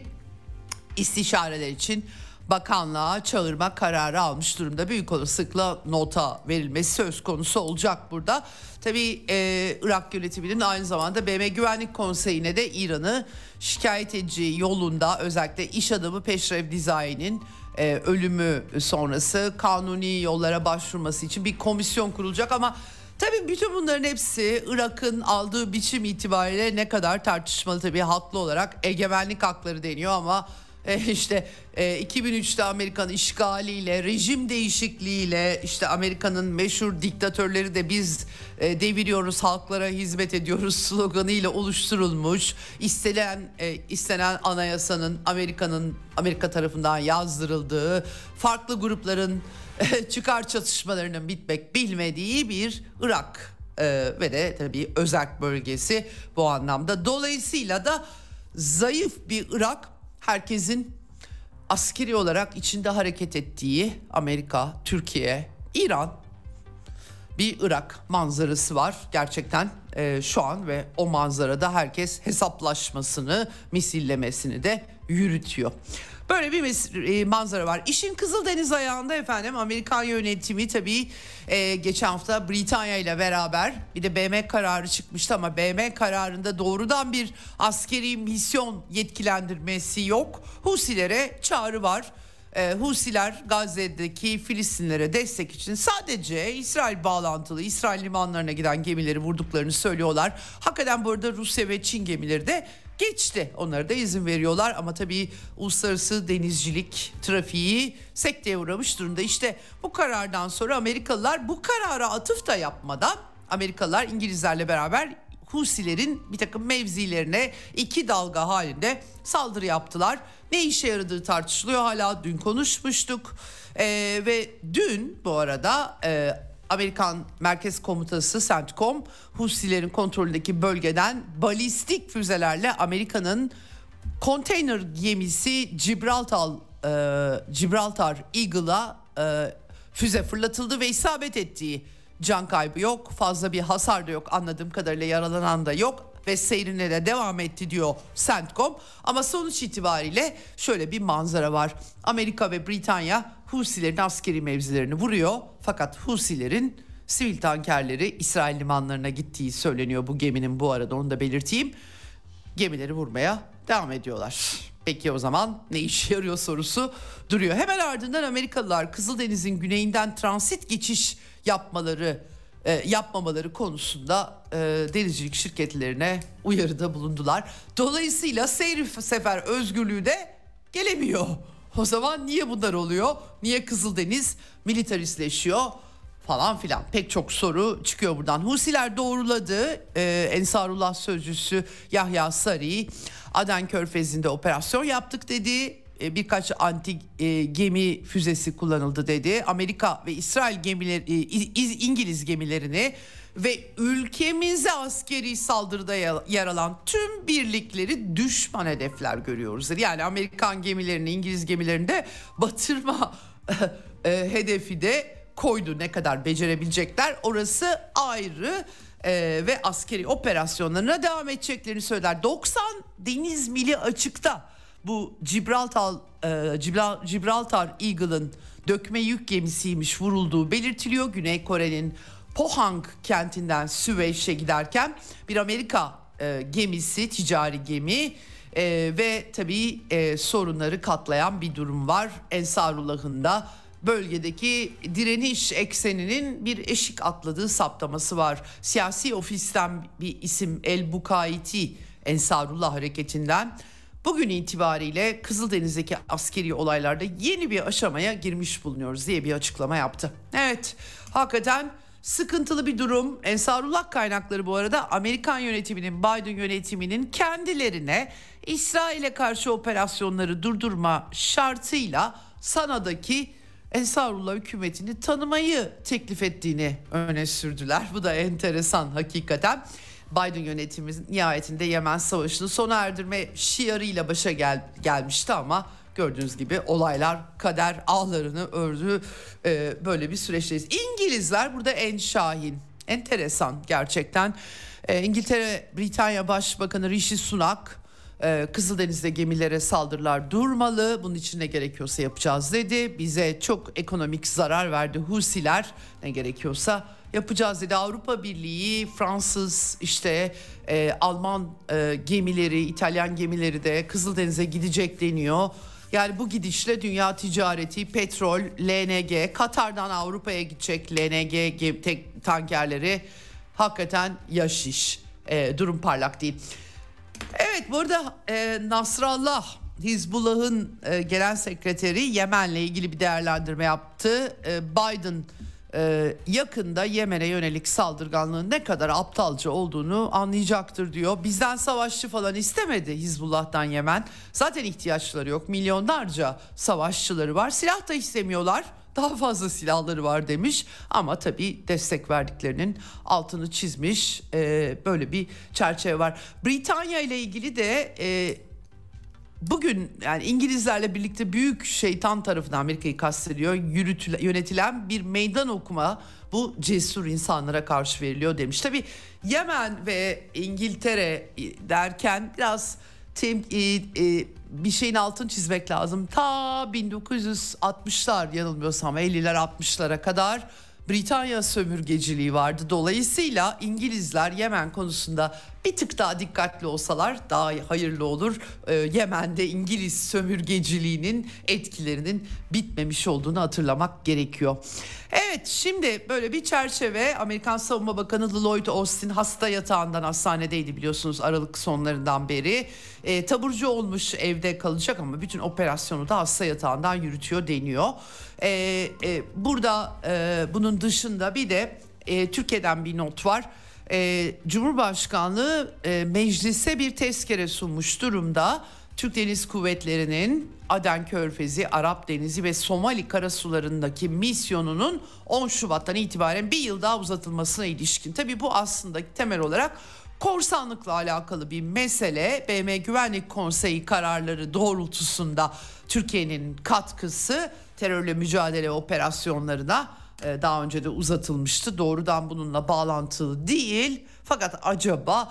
istişareler için bakanlığa çağırma kararı almış durumda. Büyük olasılıkla nota verilmesi söz konusu olacak burada. Tabii e, Irak yönetiminin aynı zamanda B M Güvenlik Konseyi'ne de İran'ı şikayet edeceği yolunda, özellikle iş adamı Peşref Dizai'nin e, ölümü sonrası kanuni yollara başvurması için bir komisyon kurulacak. Ama tabii bütün bunların hepsi Irak'ın aldığı biçim itibariyle ne kadar tartışmalı, tabii haklı olarak egemenlik hakları deniyor ama İşte iki bin üçte Amerikan işgaliyle, rejim değişikliğiyle, işte Amerika'nın meşhur diktatörleri de biz deviriyoruz, halklara hizmet ediyoruz sloganıyla oluşturulmuş, istenen istenen anayasanın Amerika'nın Amerika tarafından yazdırıldığı, farklı grupların çıkar çatışmalarının bitmek bilmediği bir Irak ve de tabii özerk bölgesi bu anlamda. Dolayısıyla da zayıf bir Irak, herkesin askeri olarak içinde hareket ettiği Amerika, Türkiye, İran bir Irak manzarası var gerçekten e, şu an ve o manzarada herkes hesaplaşmasını, misillemesini de yürütüyor. Böyle bir mes- e, manzara var. İşin Kızıldeniz ayağında efendim Amerikan yönetimi tabii e, geçen hafta Britanya ile beraber bir de B M kararı çıkmıştı ama B M kararında doğrudan bir askeri misyon yetkilendirmesi yok. Husilere çağrı var. E, Husiler Gazze'deki Filistinlere destek için sadece İsrail bağlantılı İsrail limanlarına giden gemileri vurduklarını söylüyorlar. Hakikaten bu arada Rusya ve Çin gemileri de geçti. Onlara da izin veriyorlar ama tabii uluslararası denizcilik trafiği sekteye uğramış durumda. İşte bu karardan sonra Amerikalılar bu karara atıf da yapmadan Amerikalılar İngilizlerle beraber Husilerin bir takım mevzilerine iki dalga halinde saldırı yaptılar. Ne işe yaradığı tartışılıyor, hala dün konuşmuştuk ee, ve dün bu arada e, Amerikan Merkez Komutası CENTCOM Husilerin kontrolündeki bölgeden balistik füzelerle Amerika'nın konteyner gemisi Gibraltar, e, Gibraltar Eagle'a e, füze fırlatıldı ve isabet ettiği. Can kaybı yok, fazla bir hasar da yok, anladığım kadarıyla yaralanan da yok ve seyrine de devam etti diyor CENTCOM. Ama sonuç itibariyle şöyle bir manzara var. Amerika ve Britanya Husilerin askeri mevzilerini vuruyor. Fakat Husilerin sivil tankerleri İsrail limanlarına gittiği söyleniyor bu geminin, bu arada onu da belirteyim. Gemileri vurmaya devam ediyorlar. Peki o zaman ne işe yarıyor sorusu duruyor. Hemen ardından Amerikalılar Kızıldeniz'in güneyinden transit geçiş yapmaları e, yapmamaları konusunda e, denizcilik şirketlerine uyarıda bulundular. Dolayısıyla seyir sefer özgürlüğü de gelemiyor. O zaman niye bunlar oluyor? Niye Kızıldeniz militaristleşiyor? Falan filan, pek çok soru çıkıyor buradan. Husiler doğruladı. Ee, Ensarullah sözcüsü Yahya Sarı, Aden Körfezi'nde operasyon yaptık dedi. Ee, birkaç anti e, gemi füzesi kullanıldı dedi. Amerika ve İsrail gemileri, e, İngiliz gemilerini ve ülkemize askeri saldırıda yer alan tüm birlikleri düşman hedefler görüyoruz dedi. Yani Amerikan gemilerini, İngiliz gemilerini de batırma e, hedefi de koydu. Ne kadar becerebilecekler orası ayrı. Ee, ve askeri operasyonlarına devam edeceklerini söyler. doksan deniz mili açıkta bu Gibraltar e, Gibraltar Eagle'ın dökme yük gemisiymiş vurulduğu belirtiliyor. Güney Kore'nin Pohang kentinden Süveyş'e giderken bir Amerika e, gemisi, ticari gemi e, ve tabii e, sorunları katlayan bir durum var. Ensarullah'ın da bölgedeki direniş ekseninin bir eşik atladığı saptaması var. Siyasi ofisten bir isim El Bukaiti, Ensarullah hareketinden bugün itibariyle Kızıldeniz'deki askeri olaylarda yeni bir aşamaya girmiş bulunuyoruz diye bir açıklama yaptı. Evet, hakikaten sıkıntılı bir durum. Ensarullah kaynakları bu arada Amerikan yönetiminin, Biden yönetiminin kendilerine İsrail'e karşı operasyonları durdurma şartıyla Sana'daki Ensarullah hükümetini tanımayı teklif ettiğini öne sürdüler. Bu da enteresan hakikaten. Biden yönetimi nihayetinde Yemen Savaşı'nı sona erdirme şiarıyla başa gel, gelmişti ama gördüğünüz gibi olaylar kader ağlarını ördü. Ee, böyle bir süreçteyiz. İngilizler burada en şahin. Enteresan gerçekten. Ee, İngiltere Britanya Başbakanı Rishi Sunak, Kızıldeniz'de gemilere saldırılar durmalı, bunun için ne gerekiyorsa yapacağız dedi. Bize çok ekonomik zarar verdi Husiler, ne gerekiyorsa yapacağız dedi. Avrupa Birliği, Fransız, işte e, Alman e, gemileri, İtalyan gemileri de Kızıldeniz'e gidecek deniyor. Yani bu gidişle dünya ticareti, petrol, L N G, Katar'dan Avrupa'ya gidecek L N G gem, tek, tankerleri hakikaten yaş iş. E, durum parlak değil. Evet, burada e, Nasrallah, Hizbullah'ın e, genel sekreteri Yemen'le ilgili bir değerlendirme yaptı. E, Biden e, yakında Yemen'e yönelik saldırganlığın ne kadar aptalca olduğunu anlayacaktır diyor. Bizden savaşçı falan istemedi Hizbullah'tan Yemen. Zaten ihtiyaçları yok. Milyonlarca savaşçıları var. Silah da istemiyorlar. Daha fazla silahları var demiş ama tabii destek verdiklerinin altını çizmiş, ee, böyle bir çerçeve var. Britanya ile ilgili de e, bugün yani İngilizlerle birlikte büyük şeytan tarafından, Amerika'yı kastediyor, yürütülen, yönetilen bir meydan okuma bu cesur insanlara karşı veriliyor demiş. Tabii Yemen ve İngiltere derken biraz tem, e, e, bir şeyin altını çizmek lazım. Ta bin dokuz yüz altmışlar yanılmıyorsam elliler altmışlara kadar Britanya sömürgeciliği vardı. Dolayısıyla İngilizler Yemen konusunda bir tık daha dikkatli olsalar daha hayırlı olur. Ee, Yemen'de İngiliz sömürgeciliğinin etkilerinin bitmemiş olduğunu hatırlamak gerekiyor. Evet, şimdi böyle bir çerçeve. Amerikan Savunma Bakanı Lloyd Austin hasta yatağından, hastanedeydi biliyorsunuz Aralık sonlarından beri. E, taburcu olmuş, evde kalacak ama bütün operasyonu da hasta yatağından yürütüyor deniyor. E, e, burada e, bunun dışında bir de e, Türkiye'den bir not var. E, Cumhurbaşkanlığı e, meclise bir tezkere sunmuş durumda. Türk Deniz Kuvvetleri'nin Aden Körfezi, Arap Denizi ve Somali karasularındaki misyonunun on Şubat'tan itibaren bir yıl daha uzatılmasına ilişkin. Tabii bu aslında temel olarak korsanlıkla alakalı bir mesele. B M Güvenlik Konseyi kararları doğrultusunda Türkiye'nin katkısı terörle mücadele operasyonlarına daha önce de uzatılmıştı. Doğrudan bununla bağlantılı değil. Fakat acaba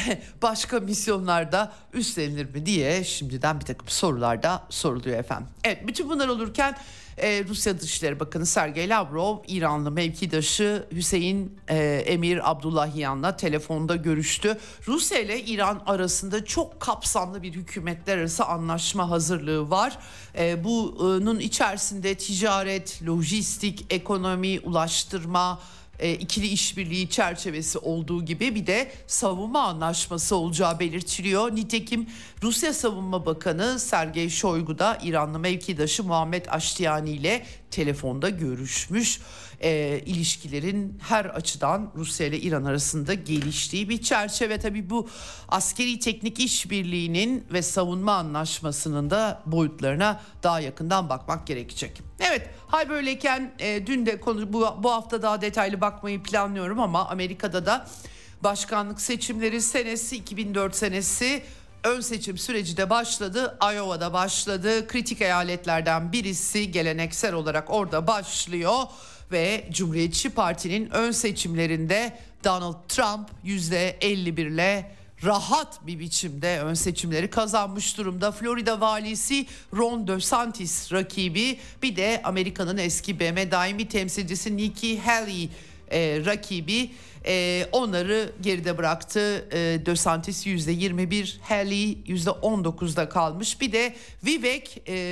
başka misyonlarda üstlenilir mi diye şimdiden bir takım sorular da soruluyor efendim. Evet, bütün bunlar olurken e, Rusya Dışişleri Bakanı Sergey Lavrov, İranlı mevkidaşı Hüseyin e, Emir Abdullahiyan'la telefonda görüştü. Rusya ile İran arasında çok kapsamlı bir hükümetler arası anlaşma hazırlığı var. E, bunun içerisinde ticaret, lojistik, ekonomi, ulaştırma, ikili işbirliği çerçevesi olduğu gibi bir de savunma anlaşması olacağı belirtiliyor. Nitekim Rusya Savunma Bakanı Sergey Shoigu da İranlı mevkidaşı Muhammed Ashtiani ile telefonda görüşmüş. E, ilişkilerin her açıdan Rusya ile İran arasında geliştiği bir çerçeve. Tabii bu askeri teknik işbirliğinin ve savunma anlaşmasının da boyutlarına daha yakından bakmak gerekecek. Evet, hal böyleyken e, dün de konu, bu, bu hafta daha detaylı bakmayı planlıyorum ama Amerika'da da başkanlık seçimleri senesi iki bin dört senesi ön seçim süreci de başladı. Iowa'da başladı. Kritik eyaletlerden birisi geleneksel olarak orada başlıyor ve Cumhuriyetçi Parti'nin ön seçimlerinde Donald Trump yüzde elli bir ile rahat bir biçimde ön seçimleri kazanmış durumda. Florida valisi Ron DeSantis rakibi, bir de Amerika'nın eski B M daimi temsilcisi Nikki Haley e, rakibi. E, onları geride bıraktı. E, DeSantis yüzde yirmi bir, Haley yüzde on dokuzda kalmış. Bir de Vivek e,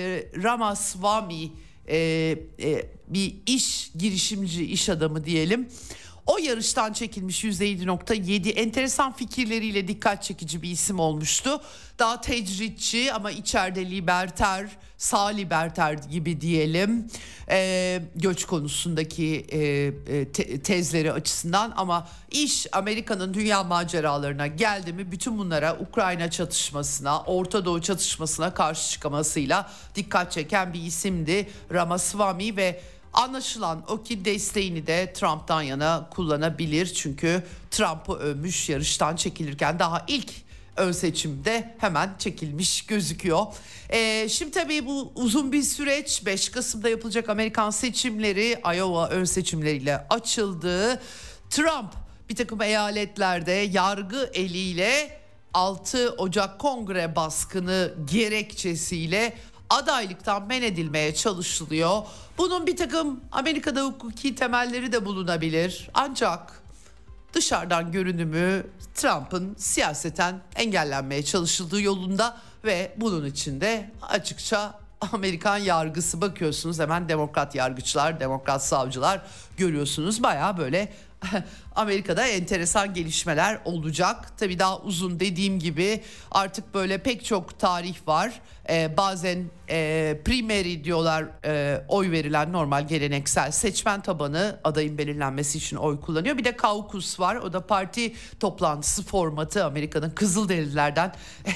Ramaswamy e, e, bir iş girişimci, iş adamı diyelim. O yarıştan çekilmiş yüzde yedi nokta yedi. Enteresan fikirleriyle dikkat çekici bir isim olmuştu. Daha tecritçi ama içeride liberter, sağ liberter gibi diyelim. Ee, göç konusundaki e, te- tezleri açısından, ama iş Amerika'nın dünya maceralarına geldi mi bütün bunlara, Ukrayna çatışmasına, Orta Doğu çatışmasına karşı çıkamasıyla dikkat çeken bir isimdi Ramaswamy ve anlaşılan o ki desteğini de Trump'tan yana kullanabilir. Çünkü Trump'ı övmüş yarıştan çekilirken, daha ilk ön seçimde hemen çekilmiş gözüküyor. Ee, şimdi tabii bu uzun bir süreç. beş Kasım'da yapılacak Amerikan seçimleri Iowa ön seçimleriyle açıldı. Trump bir takım eyaletlerde yargı eliyle altı Ocak Kongre baskını gerekçesiyle adaylıktan men edilmeye çalışılıyor. Bunun bir takım Amerika'da hukuki temelleri de bulunabilir. Ancak dışarıdan görünümü Trump'ın siyaseten engellenmeye çalışıldığı yolunda ve bunun için de açıkça Amerikan yargısı, bakıyorsunuz hemen demokrat yargıçlar, demokrat savcılar görüyorsunuz. Bayağı böyle Amerika'da enteresan gelişmeler olacak. Tabii daha uzun, dediğim gibi artık böyle pek çok tarih var. Ee, bazen e, primary diyorlar, e, oy verilen normal geleneksel seçmen tabanı adayın belirlenmesi için oy kullanıyor. Bir de caucus var, o da parti toplantısı formatı, Amerika'nın Kızılderililerden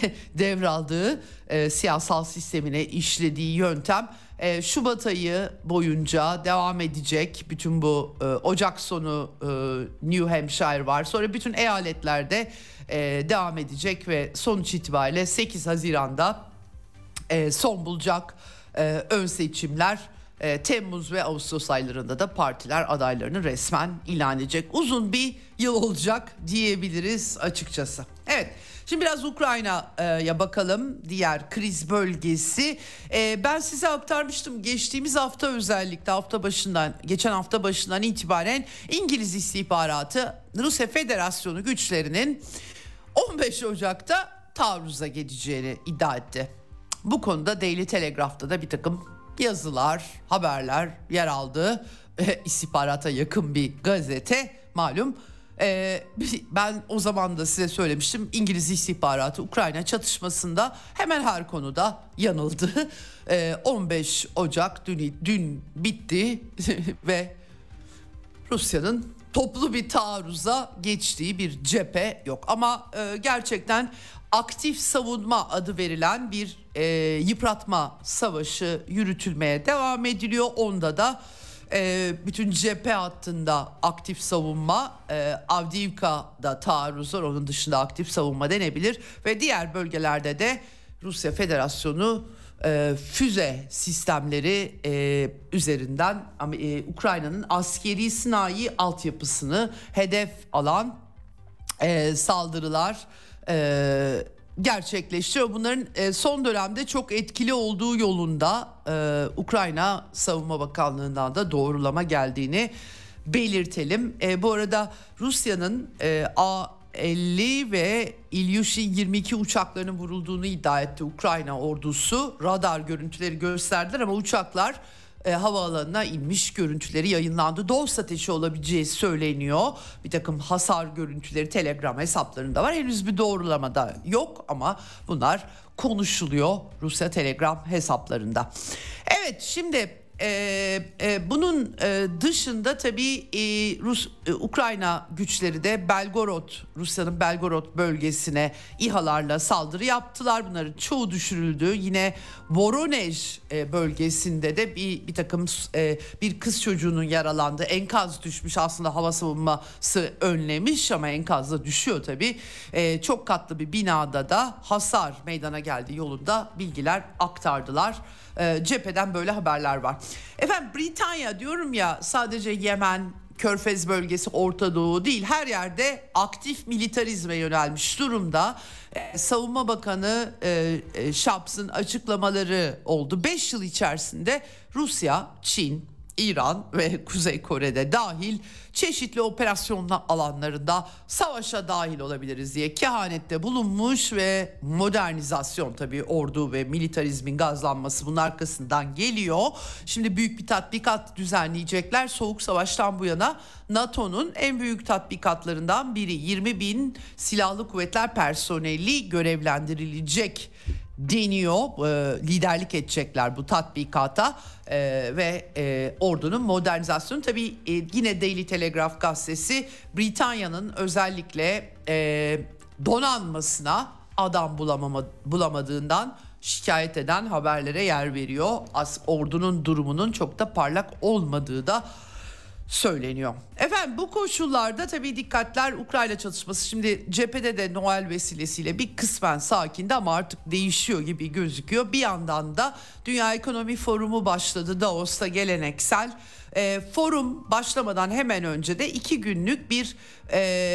devraldığı e, siyasal sistemine işlediği yöntem. E, Şubat ayı boyunca devam edecek. Bütün bu e, Ocak sonu e, New Hampshire var. Sonra bütün eyaletlerde e, devam edecek ve sonuç itibariyle sekiz Haziran'da e, son bulacak e, ön seçimler. E, Temmuz ve Ağustos aylarında da partiler adaylarını resmen ilan edecek. Uzun bir yıl olacak diyebiliriz açıkçası. Evet. Şimdi biraz Ukrayna'ya bakalım, diğer kriz bölgesi. Ee, ben size aktarmıştım geçtiğimiz hafta, özellikle hafta başından, geçen hafta başından itibaren İngiliz istihbaratı Rusya Federasyonu güçlerinin on beş Ocak'ta taarruza gideceğini iddia etti. Bu konuda Daily Telegraph'ta da bir takım yazılar, haberler yer aldı. Ee, istihbarata yakın bir gazete malum. Ee, ben o zaman da size söylemiştim, İngiliz istihbaratı Ukrayna çatışmasında hemen her konuda yanıldı. Ee, on beş Ocak dün, dün bitti ve Rusya'nın toplu bir taarruza geçtiği bir cephe yok. Ama e, gerçekten aktif savunma adı verilen bir e, yıpratma savaşı yürütülmeye devam ediliyor. Onda da e, bütün cephe hattında aktif savunma, e, Avdiivka'da taarruz var, onun dışında aktif savunma denebilir ve diğer bölgelerde de Rusya Federasyonu e, füze sistemleri e, üzerinden e, Ukrayna'nın askeri sanayi altyapısını hedef alan e, saldırılar e, gerçekleştiriyor. Bunların e, son dönemde çok etkili olduğu yolunda e, Ukrayna Savunma Bakanlığı'ndan da doğrulama geldiğini belirtelim. E, bu arada Rusya'nın e, A elli ve İlyushin yirmi iki uçaklarının vurulduğunu iddia etti Ukrayna ordusu. Radar görüntüleri gösterdiler ama uçaklar e, havaalanına inmiş, görüntüleri yayınlandı. Dost ateşi olabileceği söyleniyor. Bir takım hasar görüntüleri Telegram hesaplarında var. Henüz bir doğrulama da yok ama bunlar konuşuluyor Rusya Telegram hesaplarında. Evet, şimdi Ee, e, bunun e, dışında tabii e, Rus e, Ukrayna güçleri de Belgorod, Rusya'nın Belgorod bölgesine İHA'larla saldırı yaptılar. Bunların çoğu düşürüldü. Yine Voronezh e, bölgesinde de bir bir takım e, bir kız çocuğunun yaralandığı, enkaz düşmüş, aslında hava savunması önlemiş ama enkazda düşüyor tabii. E, çok katlı bir binada da hasar meydana geldiği yolunda bilgiler aktardılar. E, cepheden böyle haberler var. Efendim, Britanya diyorum ya, sadece Yemen, Körfez bölgesi, Orta Doğu değil, her yerde aktif militarizme yönelmiş durumda. Ee, Savunma Bakanı e, e, Schabs'ın açıklamaları oldu. beş yıl içerisinde Rusya, Çin, İran ve Kuzey Kore'de dahil çeşitli operasyon alanlarında savaşa dahil olabiliriz diye kehanette bulunmuş ve modernizasyon, tabii ordu ve militarizmin gazlanması bunun arkasından geliyor. Şimdi büyük bir tatbikat düzenleyecekler. Soğuk Savaş'tan bu yana NATO'nun en büyük tatbikatlarından biri. yirmi bin silahlı kuvvetler personeli görevlendirilecek deniyor. E, liderlik edecekler bu tatbikata e, ve e, ordunun modernizasyonu. Tabii e, yine Daily Telegraph gazetesi Britanya'nın özellikle e, donanmasına adam bulamama, bulamadığından şikayet eden haberlere yer veriyor. As, ordunun durumunun çok da parlak olmadığı da söyleniyor. Efendim, bu koşullarda tabii dikkatler Ukrayna çatışması. Şimdi cephede de Noel vesilesiyle bir kısmen sakindi ama artık değişiyor gibi gözüküyor. Bir yandan da Dünya Ekonomi Forumu başladı Davos'ta, geleneksel. E, forum başlamadan hemen önce de iki günlük bir e,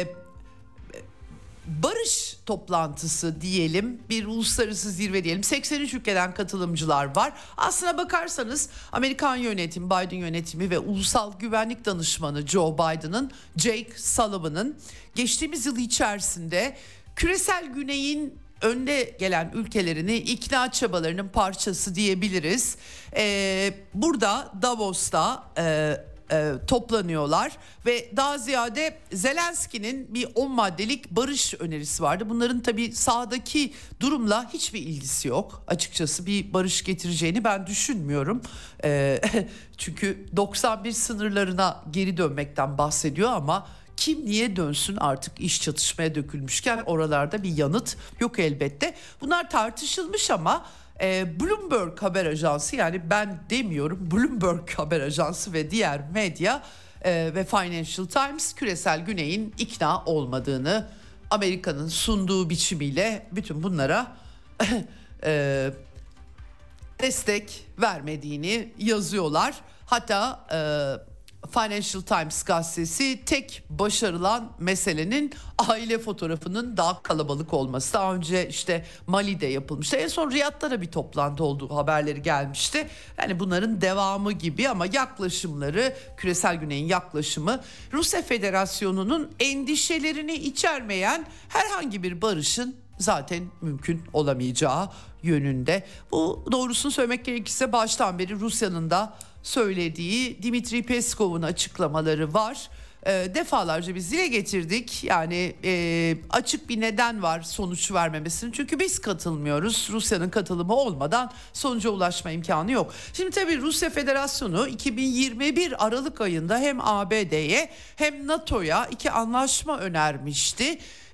barış toplantısı diyelim, bir uluslararası zirve diyelim. seksen üç ülkeden katılımcılar var. Aslına bakarsanız Amerikan yönetimi, Biden yönetimi ve Ulusal Güvenlik Danışmanı Joe Biden'ın, Jake Sullivan'ın geçtiğimiz yıl içerisinde küresel güneyin önde gelen ülkelerini ikna çabalarının parçası diyebiliriz. Ee, burada Davos'ta e, E, toplanıyorlar ve daha ziyade Zelenski'nin bir on maddelik barış önerisi vardı. Bunların tabii sahadaki durumla hiçbir ilgisi yok. Açıkçası bir barış getireceğini ben düşünmüyorum. E, çünkü doksan bir sınırlarına geri dönmekten bahsediyor ama kim niye dönsün, artık iş çatışmaya dökülmüşken oralarda bir yanıt yok elbette. Bunlar tartışılmış ama E, Bloomberg haber ajansı, yani ben demiyorum, Bloomberg haber ajansı ve diğer medya e, ve Financial Times küresel güneyin ikna olmadığını, Amerika'nın sunduğu biçimiyle bütün bunlara e, destek vermediğini yazıyorlar. Hatta e, Financial Times gazetesi tek başarılan meselenin aile fotoğrafının daha kalabalık olması. Daha önce işte Mali'de yapılmıştı. En son Riyad'da da bir toplantı olduğu haberleri gelmişti. Yani bunların devamı gibi ama yaklaşımları, küresel güneyin yaklaşımı Rusya Federasyonu'nun endişelerini içermeyen herhangi bir barışın zaten mümkün olamayacağı yönünde. Bu, doğrusunu söylemek gerekirse, baştan beri Rusya'nın da söylediği, Dimitri Peskov'un açıklamaları var. E, defalarca biz dile getirdik. Yani e, açık bir neden var sonuç vermemesinin. Çünkü biz katılmıyoruz. Rusya'nın katılımı olmadan sonuca ulaşma imkanı yok. Şimdi tabii Rusya Federasyonu iki bin yirmi bir Aralık ayında hem A B D'ye hem NATO'ya iki anlaşma önermişti.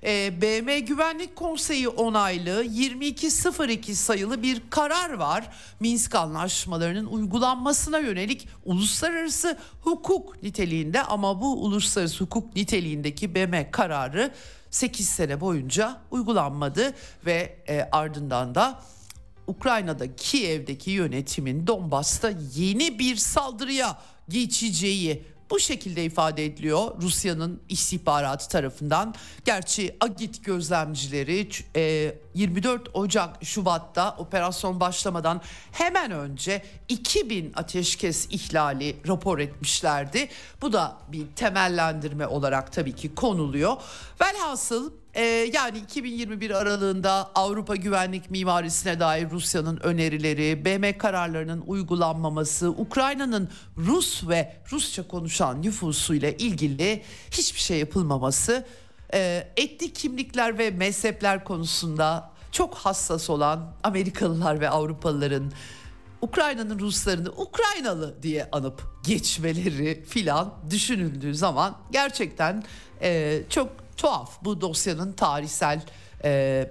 e, B M Güvenlik Konseyi onaylı yirmi iki sıfır iki sayılı bir karar var. Minsk anlaşmalarının uygulanmasına yönelik uluslararası hukuk niteliğinde, ama bu uluslararası hukuk niteliğindeki B M kararı sekiz sene boyunca uygulanmadı ve e, ardından da Ukrayna'da Kiev'deki yönetimin Donbas'ta yeni bir saldırıya geçeceği bu şekilde ifade ediliyor Rusya'nın istihbaratı tarafından. Gerçi Agit gözlemcileri yirmi dört Ocak Şubat'ta operasyon başlamadan hemen önce iki bin ateşkes ihlali rapor etmişlerdi. Bu da bir temellendirme olarak tabii ki konuluyor. Velhasıl Ee, yani iki bin yirmi bir aralığında Avrupa güvenlik mimarisine dair Rusya'nın önerileri, B M kararlarının uygulanmaması, Ukrayna'nın Rus ve Rusça konuşan nüfusuyla ilgili hiçbir şey yapılmaması, e, etnik kimlikler ve mezhepler konusunda çok hassas olan Amerikalılar ve Avrupalıların Ukrayna'nın Ruslarını Ukraynalı diye anıp geçmeleri filan düşünüldüğü zaman gerçekten e, çok tuhaf. Bu dosyanın tarihsel e,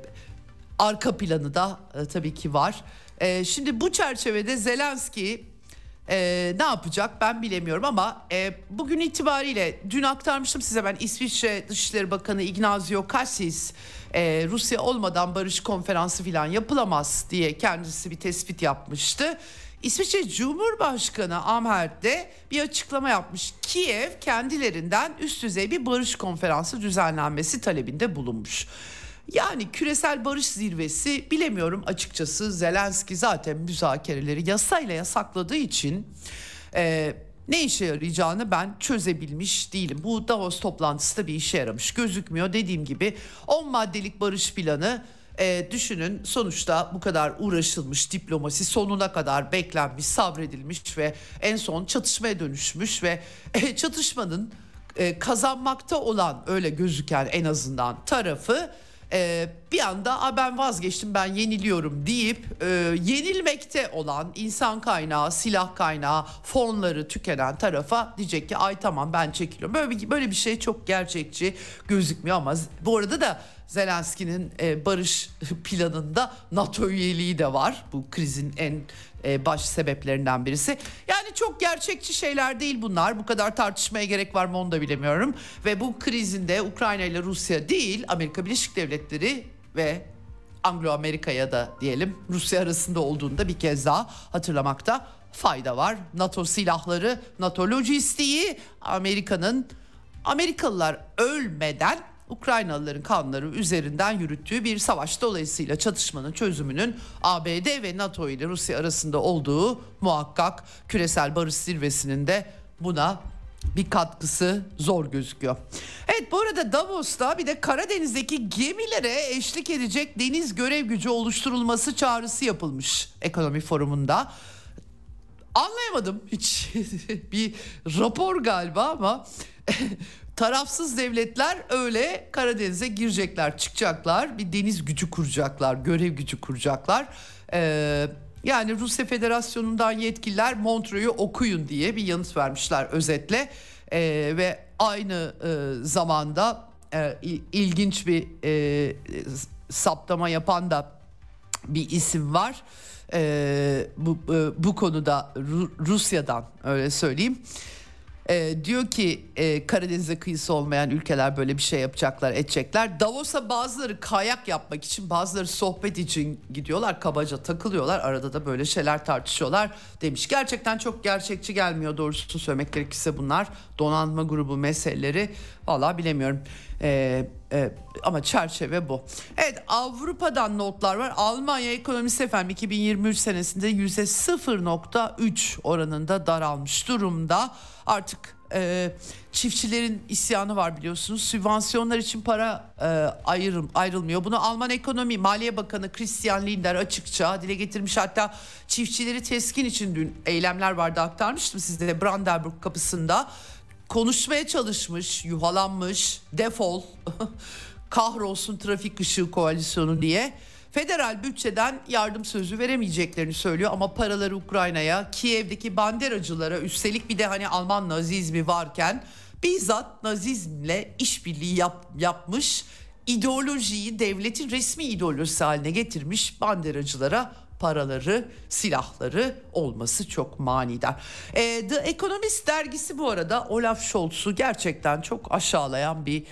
arka planı da e, tabii ki var. E, şimdi bu çerçevede Zelenski e, ne yapacak ben bilemiyorum, ama e, bugün itibariyle dün aktarmıştım size ben, İsviçre Dışişleri Bakanı Ignazio Cassis e, Rusya olmadan barış konferansı falan yapılamaz diye kendisi bir tespit yapmıştı. İsviçre Cumhurbaşkanı Amherd de bir açıklama yapmış. Kiev kendilerinden üst düzey bir barış konferansı düzenlenmesi talebinde bulunmuş. Yani küresel barış zirvesi, bilemiyorum açıkçası. Zelenski zaten müzakereleri yasayla yasakladığı için e, ne işe yarayacağını ben çözebilmiş değilim. Bu Davos toplantısı da bir işe yaramış gözükmüyor. Dediğim gibi on maddelik barış planı. E, düşünün, sonuçta bu kadar uğraşılmış, diplomasi sonuna kadar beklenmiş, sabredilmiş ve en son çatışmaya dönüşmüş ve e, çatışmanın e, kazanmakta olan, öyle gözüken en azından tarafı e, bir anda ben vazgeçtim, ben yeniliyorum deyip e, yenilmekte olan insan kaynağı, silah kaynağı, fonları tükenen tarafa diyecek ki ay tamam ben çekiliyorum. Böyle bir, böyle bir şey çok gerçekçi gözükmüyor, ama bu arada da Zelenski'nin e, barış planında NATO üyeliği de var. Bu krizin en e, baş sebeplerinden birisi. Yani çok gerçekçi şeyler değil bunlar. Bu kadar tartışmaya gerek var mı onu da bilemiyorum. Ve bu krizin de Ukrayna ile Rusya değil, Amerika Birleşik Devletleri ve Anglo-Amerika'ya da diyelim Rusya arasında olduğunu da bir kez daha hatırlamakta fayda var. NATO silahları, NATO lojistiği, Amerika'nın Amerikalılar ölmeden Ukraynalıların kanları üzerinden yürüttüğü bir savaş, dolayısıyla çatışmanın çözümünün A B D ve NATO ile Rusya arasında olduğu muhakkak. Küresel barış zirvesinin de buna bir katkısı zor gözüküyor. Evet, bu arada Davos'ta bir de Karadeniz'deki gemilere eşlik edecek deniz görev gücü oluşturulması çağrısı yapılmış ekonomi forumunda. Anlayamadım hiç bir rapor galiba, ama tarafsız devletler öyle Karadeniz'e girecekler, çıkacaklar, bir deniz gücü kuracaklar, görev gücü kuracaklar. Ee, yani Rusya Federasyonu'ndan yetkililer Montreux'u okuyun diye bir yanıt vermişler özetle. Ee, ve aynı e, zamanda e, ilginç bir e, saptama yapan da bir isim var. Ee, bu, bu konuda Ru- Rusya'dan öyle söyleyeyim. E, diyor ki e, Karadeniz'e kıyısı olmayan ülkeler böyle bir şey yapacaklar, edecekler. Davos'a bazıları kayak yapmak için, bazıları sohbet için gidiyorlar, kabaca takılıyorlar. Arada da böyle şeyler tartışıyorlar demiş. Gerçekten çok gerçekçi gelmiyor doğrusunu söylemek gerekirse bunlar. Donanma grubu meseleleri vallahi bilemiyorum. E, e, ama çerçeve bu. Evet, Avrupa'dan notlar var. Almanya ekonomisi efendim iki bin yirmi üç senesinde yüzde sıfır virgül üç oranında daralmış durumda. Artık e, çiftçilerin isyanı var biliyorsunuz. Sübvansiyonlar için para e, ayrım, ayrılmıyor. Bunu Alman Ekonomi Maliye Bakanı Christian Lindner açıkça dile getirmiş. Hatta çiftçileri teskin için dün eylemler vardı, aktarmıştım size de Brandenburg kapısında. Konuşmaya çalışmış, yuhalanmış, defol, kahrolsun trafik ışığı koalisyonu diye. Federal bütçeden yardım sözü veremeyeceklerini söylüyor, ama paraları Ukrayna'ya, Kiev'deki banderacılara, üstelik bir de hani Alman nazizmi varken bizzat nazizmle işbirliği yap, yapmış ideolojiyi devletin resmi ideolojisi haline getirmiş banderacılara paraları, silahları olması çok manidar. E, The Economist dergisi bu arada Olaf Scholz'u gerçekten çok aşağılayan bir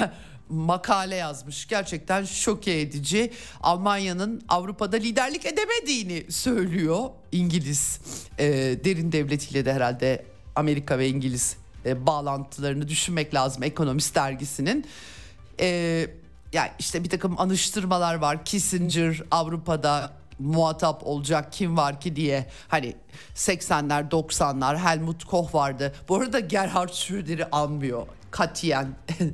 makale yazmış. Gerçekten şoke edici. Almanya'nın Avrupa'da liderlik edemediğini söylüyor. İngiliz e, derin devletiyle de herhalde Amerika ve İngiliz e, bağlantılarını düşünmek lazım Economist dergisinin. E, yani işte bir takım anıştırmalar var. Kissinger Avrupa'da muhatap olacak kim var ki diye, hani seksenler doksanlar Helmut Koch vardı. Bu arada Gerhard Schröder'i anmıyor katiyen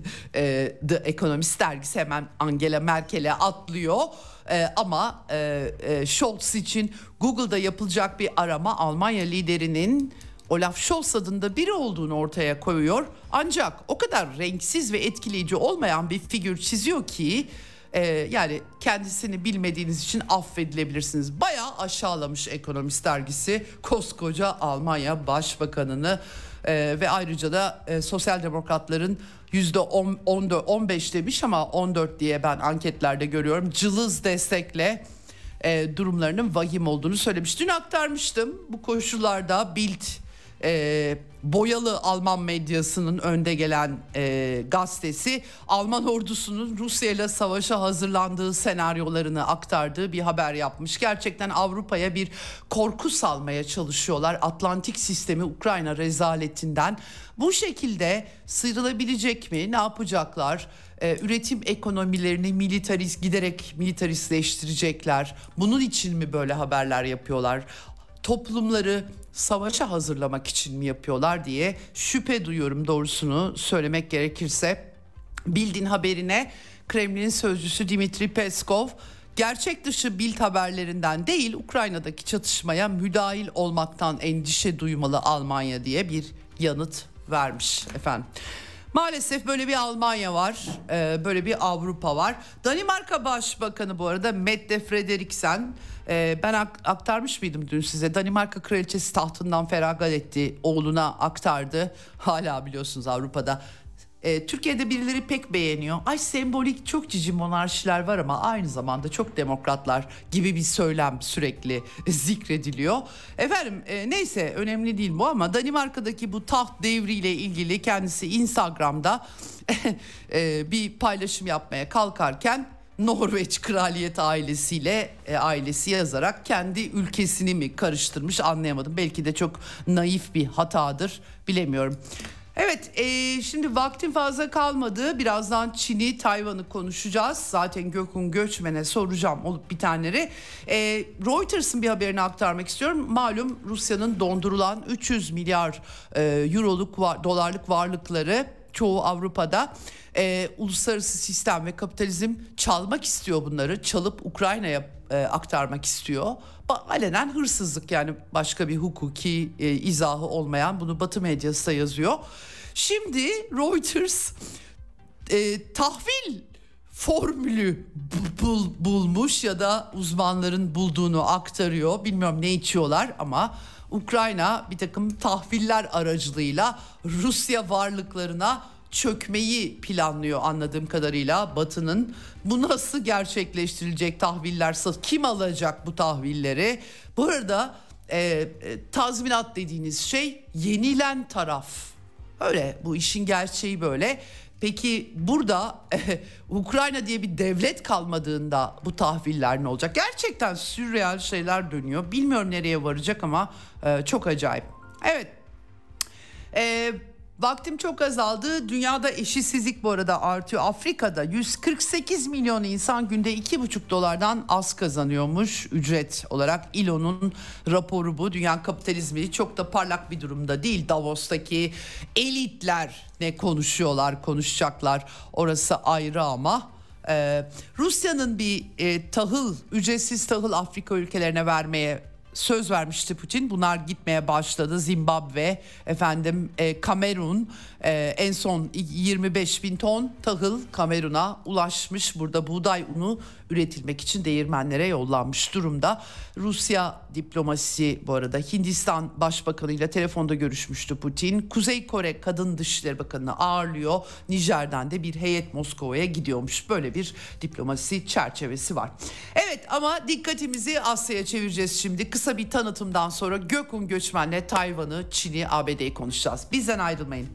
e, The Economist dergisi, hemen Angela Merkel'e atlıyor. E, ama e, e, Scholz için Google'da yapılacak bir arama Almanya liderinin Olaf Scholz adında biri olduğunu ortaya koyuyor. Ancak o kadar renksiz ve etkileyici olmayan bir figür çiziyor ki Ee, yani kendisini bilmediğiniz için affedilebilirsiniz. Bayağı aşağılamış Ekonomist dergisi koskoca Almanya Başbakanını ee, ve ayrıca da e, sosyal demokratların yüzde on beş demiş ama on dört diye ben anketlerde görüyorum. Cılız destekle e, durumlarının vahim olduğunu söylemiş. Dün aktarmıştım, bu koşullarda Bild e, boyalı Alman medyasının önde gelen e, gazetesi Alman ordusunun Rusya ile savaşa hazırlandığı senaryolarını aktardığı bir haber yapmış. Gerçekten Avrupa'ya bir korku salmaya çalışıyorlar. Atlantik sistemi Ukrayna rezaletinden bu şekilde sıyrılabilecek mi? Ne yapacaklar? Ee, üretim ekonomilerini militarist giderek militaristleştirecekler. Bunun için mi böyle haberler yapıyorlar? Toplumları savaşa hazırlamak için mi yapıyorlar diye şüphe duyuyorum, doğrusunu söylemek gerekirse. Bild'in haberine Kremlin sözcüsü Dmitri Peskov, gerçek dışı Bild haberlerinden değil Ukrayna'daki çatışmaya müdahil olmaktan endişe duymalı Almanya diye bir yanıt vermiş efendim. Maalesef böyle bir Almanya var, böyle bir Avrupa var. Danimarka Başbakanı bu arada Mette Frederiksen, ben aktarmış mıydım dün size? Danimarka Kraliçesi tahtından feragat etti, oğluna aktardı. Hala biliyorsunuz Avrupa'da. Ee, Türkiye'de birileri pek beğeniyor. Ay sembolik çok cici monarşiler var ama aynı zamanda çok demokratlar gibi bir söylem sürekli zikrediliyor. Efendim e, neyse önemli değil bu ama Danimarka'daki bu taht devriyle ilgili kendisi Instagram'da e, bir paylaşım yapmaya kalkarken Norveç kraliyet ailesiyle e, ailesi yazarak kendi ülkesini mi karıştırmış anlayamadım. Belki de çok naif bir hatadır, bilemiyorum. Evet, e, şimdi vaktim fazla kalmadı. Birazdan Çin'i, Tayvan'ı konuşacağız. Zaten Gökhan Göçmen'e soracağım olup bitenleri. E, Reuters'ın bir haberini aktarmak istiyorum. Malum Rusya'nın dondurulan üç yüz milyar e, euroluk var, dolarlık varlıkları çoğu Avrupa'da. E, uluslararası sistem ve kapitalizm çalmak istiyor bunları. Çalıp Ukrayna'ya e, aktarmak istiyor. Alenen hırsızlık, yani başka bir hukuki e, izahı olmayan, bunu Batı medyası da yazıyor. Şimdi Reuters e, tahvil formülü bul, bulmuş ya da uzmanların bulduğunu aktarıyor. Bilmiyorum ne içiyorlar ama Ukrayna bir takım tahviller aracılığıyla Rusya varlıklarına çökmeyi planlıyor anladığım kadarıyla Batı'nın. Bu nasıl gerçekleştirilecek, tahviller kim alacak bu tahvilleri? Bu arada e, e, tazminat dediğiniz şey yenilen taraf. Öyle, bu işin gerçeği böyle. Peki burada e, Ukrayna diye bir devlet kalmadığında bu tahviller ne olacak? Gerçekten sürreal şeyler dönüyor. Bilmiyorum nereye varacak ama e, çok acayip. Evet. Evet. Vaktim çok azaldı. Dünyada eşitsizlik bu arada artıyor. Afrika'da yüz kırk sekiz milyon insan günde iki buçuk dolardan az kazanıyormuş ücret olarak. İ L O'nun raporu bu. Dünya kapitalizmi çok da parlak bir durumda değil. Davos'taki elitler ne konuşuyorlar, konuşacaklar. Orası ayrı ama. Ee, Rusya'nın bir e, tahıl, ücretsiz tahıl Afrika ülkelerine vermeye söz vermişti Putin. Bunlar gitmeye başladı. Zimbabwe, efendim e, Kamerun, e, en son yirmi beş bin ton tahıl Kamerun'a ulaşmış. Burada buğday unu üretilmek için değirmenlere yollanmış durumda. Rusya diplomasisi bu arada Hindistan Başbakanı ile telefonda görüşmüştü Putin. Kuzey Kore Kadın Dışişleri Bakanı'nı ağırlıyor. Nijer'den de bir heyet Moskova'ya gidiyormuş. Böyle bir diplomasi çerçevesi var. Evet, ama dikkatimizi Asya'ya çevireceğiz şimdi. Kısa bir tanıtımdan sonra Gökhan Göçmen'le Tayvan'ı, Çin'i, A B D'yi konuşacağız. Bizden ayrılmayın.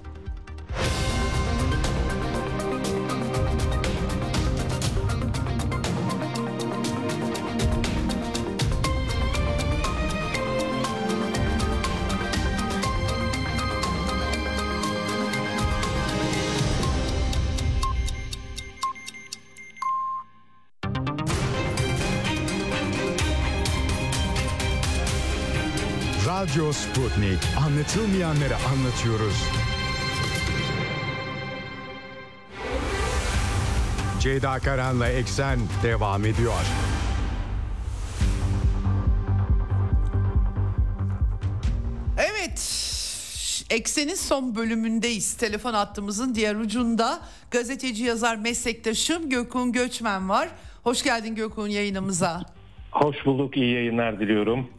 Radyo Sputnik. Anlatılmayanları anlatıyoruz. Ceyda Karan'la Eksen devam ediyor. Evet, Eksen'in son bölümündeyiz. Telefon hattımızın diğer ucunda gazeteci, yazar, meslektaşım Gökhan Göçmen var. Hoş geldin Gökhan yayınımıza. Hoş bulduk, iyi yayınlar diliyorum.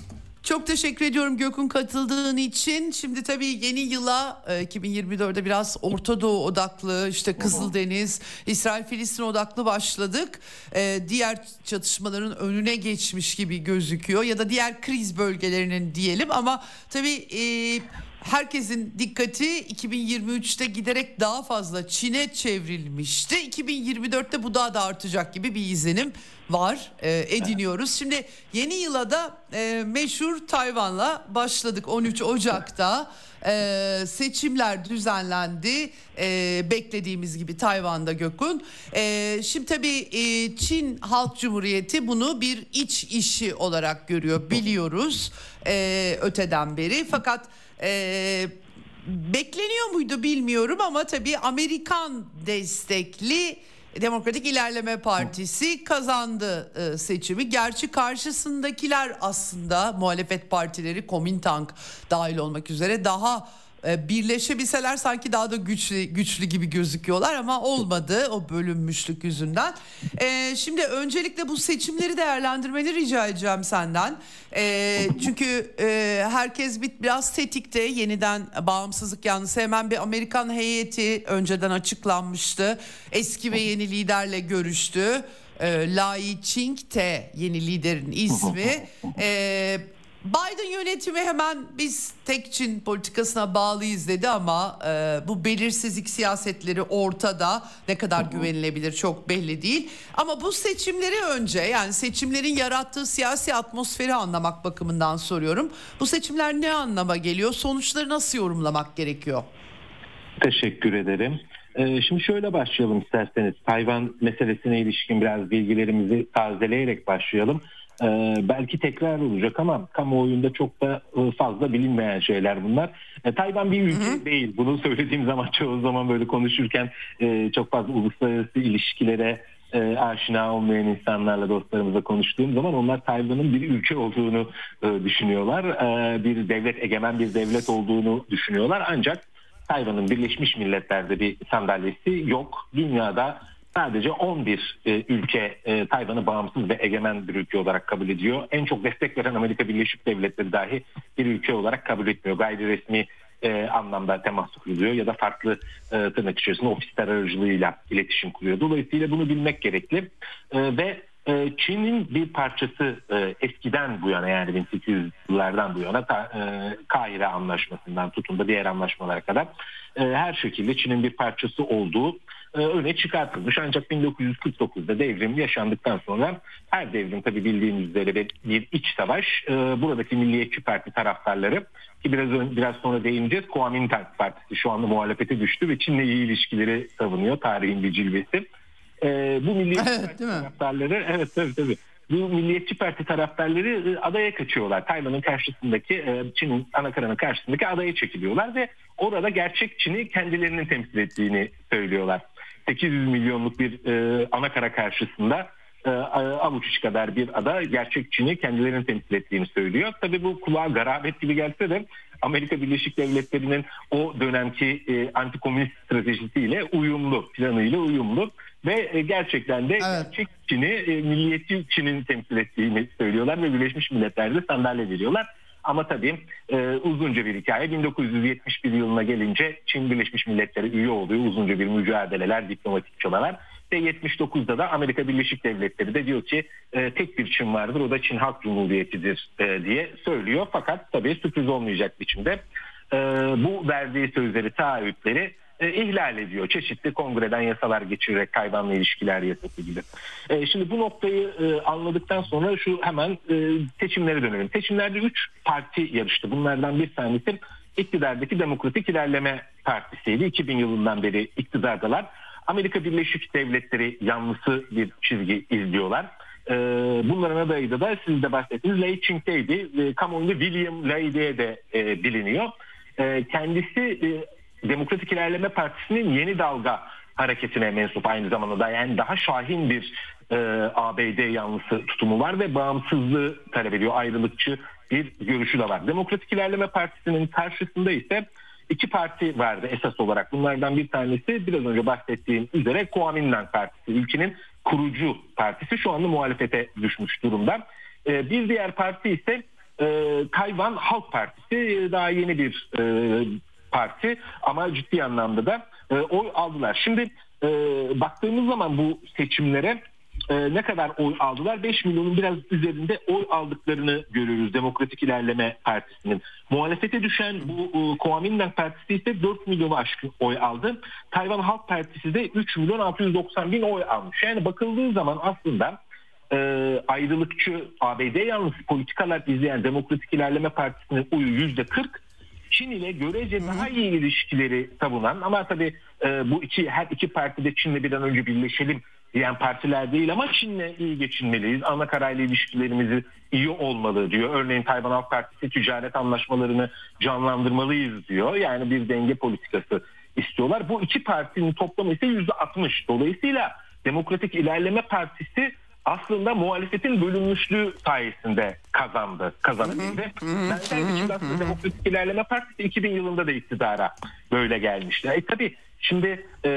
Çok teşekkür ediyorum Gökhan katıldığın için. Şimdi tabii yeni yıla iki bin yirmi dörde biraz Orta Doğu odaklı, işte Kızıldeniz, İsrail-Filistin odaklı başladık. Ee, diğer çatışmaların önüne geçmiş gibi gözüküyor ya da diğer kriz bölgelerinin diyelim, ama tabii e, herkesin dikkati iki bin yirmi üçte giderek daha fazla Çin'e çevrilmişti. iki bin yirmi dörtte bu daha da artacak gibi bir izlenim var, e, ediniyoruz. Şimdi yeni yıla da e, meşhur Tayvan'la başladık. on üç Ocak'ta e, seçimler düzenlendi. E, beklediğimiz gibi Tayvan'da Gökhan. E, şimdi tabii e, Çin Halk Cumhuriyeti bunu bir iç işi olarak görüyor, biliyoruz e, öteden beri. Fakat e, bekleniyor muydu bilmiyorum, ama tabii Amerikan destekli Demokratik İlerleme Partisi kazandı e, seçimi. Gerçi karşısındakiler aslında muhalefet partileri, Komintang dahil olmak üzere, daha e, birleşebilseler sanki daha da güçlü güçlü gibi gözüküyorlar, ama olmadı o bölünmüşlük yüzünden. E, şimdi öncelikle bu seçimleri değerlendirmeni rica edeceğim senden. E, çünkü e, herkes bir, biraz tetikte, yeniden bağımsızlık yanlısı. Hemen bir Amerikan heyeti önceden açıklanmıştı. Eski ve yeni liderle görüştü. E, Lai Ching-te yeni liderin ismi. E, Biden yönetimi hemen biz tek Çin politikasına bağlıyız dedi, ama e, bu belirsizlik siyasetleri ortada. Ne kadar güvenilebilir çok belli değil. Ama bu seçimleri önce, yani seçimlerin yarattığı siyasi atmosferi anlamak bakımından soruyorum. Bu seçimler ne anlama geliyor? Sonuçları nasıl yorumlamak gerekiyor? Teşekkür ederim. Ee, şimdi şöyle başlayalım isterseniz. Tayvan meselesine ilişkin biraz bilgilerimizi tazeleyerek başlayalım. Ee, belki tekrar olacak ama kamuoyunda çok da fazla bilinmeyen şeyler bunlar. E, Tayvan bir ülke hı hı. değil. Bunu söylediğim zaman çoğu zaman böyle konuşurken e, çok fazla uluslararası ilişkilere e, aşina olmayan insanlarla, dostlarımızla konuştuğum zaman onlar Tayvan'ın bir ülke olduğunu e, düşünüyorlar. E, bir devlet, egemen bir devlet olduğunu düşünüyorlar. Ancak Tayvan'ın Birleşmiş Milletler'de bir sandalyesi yok. Dünyada sadece on bir e, ülke e, Tayvan'ı bağımsız ve egemen bir ülke olarak kabul ediyor. En çok destek veren Amerika Birleşik Devletleri dahi bir ülke olarak kabul etmiyor. Gayri resmi e, anlamda temas kuruyor ya da farklı e, tırnak içerisinde ofisler aracılığıyla iletişim kuruyor. Dolayısıyla bunu bilmek gerekli. E, ve e, Çin'in bir parçası e, eskiden bu yana, yani bin sekiz yüzlerden bu yana ta, e, Kahire Anlaşması'ndan tutun da diğer anlaşmalara kadar e, her şekilde Çin'in bir parçası olduğu öne çıkartılmış. Ancak bin dokuz yüz kırk dokuzda devrim yaşandıktan sonra, her devrim tabii bildiğiniz üzere bir iç savaş, buradaki Milliyetçi Parti taraftarları, ki biraz önce, biraz sonra değineceğiz, Kuomintang Partisi şu anda muhalefete düştü ve Çin'le iyi ilişkileri savunuyor, tarihin bir cilvesi. Bu Milliyetçi evet, Parti taraftarları, evet tabii tabii. Bu Milliyetçi Parti taraftarları adaya kaçıyorlar. Tayvan'ın karşısındaki, Çin'in anakarının karşısındaki adaya çekiliyorlar ve orada gerçek Çin'i kendilerinin temsil ettiğini söylüyorlar. sekiz yüz milyonluk bir e, anakara karşısında e, avuç içi kadar bir ada gerçek Çin'i kendilerinin temsil ettiğini söylüyor. Tabii bu kulağa garabet gibi gelse de Amerika Birleşik Devletleri'nin o dönemki e, antikomünist stratejisiyle uyumlu, planıyla uyumlu ve e, gerçekten de evet. gerçek Çin'i, e, milliyetçi Çin'in temsil ettiğini söylüyorlar ve Birleşmiş Milletler'de sandalye veriyorlar. Ama tabii e, uzunca bir hikaye. bin dokuz yüz yetmiş bir yılına gelince Çin Birleşmiş Milletler'e üye oluyor. Uzunca bir mücadeleler, diplomatik çabalar. Ve yetmiş dokuzda da Amerika Birleşik Devletleri de diyor ki e, tek bir Çin vardır, o da Çin Halk Cumhuriyeti'dir e, diye söylüyor. Fakat tabii sürpriz olmayacak biçimde e, bu verdiği sözleri, taahhütleri e, ihlal ediyor. Çeşitli kongreden yasalar geçirerek, Tayvan'la ilişkiler yasası gibi. E, şimdi bu noktayı e, anladıktan sonra şu hemen e, seçimlere dönelim. Seçimlerde üç parti yarıştı. Bunlardan bir tanesi iktidardaki Demokratik İlerleme Partisi'ydi. iki bin yılından beri iktidardalar. Amerika Birleşik Devletleri yanlısı bir çizgi izliyorlar. Ee, bunların adayı da, da siz de bahsettiniz, Lei Ching-te'ydi. E, kamuoyunda William Lei diye de e, biliniyor. E, kendisi e, Demokratik İlerleme Partisi'nin Yeni Dalga hareketine mensup aynı zamanda da, yani daha şahin bir e, A B D yanlısı tutumu var ve bağımsızlığı talep ediyor. Ayrılıkçı bir görüşü de var. Demokratik İlerleme Partisi'nin karşısında ise İki parti vardı esas olarak. Bunlardan bir tanesi biraz önce bahsettiğim üzere Kuomintang Partisi. Ülkenin kurucu partisi, şu anda muhalefete düşmüş durumda. Ee, bir diğer parti ise e, Tayvan Halk Partisi. Daha yeni bir e, parti ama ciddi anlamda da e, oy aldılar. Şimdi e, baktığımız zaman bu seçimlere Ee, ne kadar oy aldılar? beş milyonun biraz üzerinde oy aldıklarını görüyoruz Demokratik İlerleme Partisi'nin. Muhalefete düşen bu e, Kuomintang Partisi ise dört milyonu aşkın oy aldı. Tayvan Halk Partisi de üç milyon altı yüz doksan bin oy almış. Yani bakıldığı zaman aslında e, ayrılıkçı A B D yanlısı politikalar izleyen Demokratik İlerleme Partisi'nin oyu yüzde kırk. Çin ile görece daha iyi ilişkileri savunan ama tabii e, bu iki her iki parti de Çin'le bir an önce birleşelim diyen partiler değil ama Çin'le iyi geçinmeliyiz. Ana karayla ilişkilerimizi iyi olmalı diyor. Örneğin Tayvan Halk Partisi ticaret anlaşmalarını canlandırmalıyız diyor. Yani bir denge politikası istiyorlar. Bu iki partinin toplamı ise yüzde altmış. Dolayısıyla Demokratik İlerleme Partisi aslında muhalefetin bölünmüşlüğü sayesinde kazandı, kazanabildi. Benzer biçimde aslında Demokratik İlerleme Partisi iki bin yılında da iktidara böyle gelmişti. E tabii şimdi e,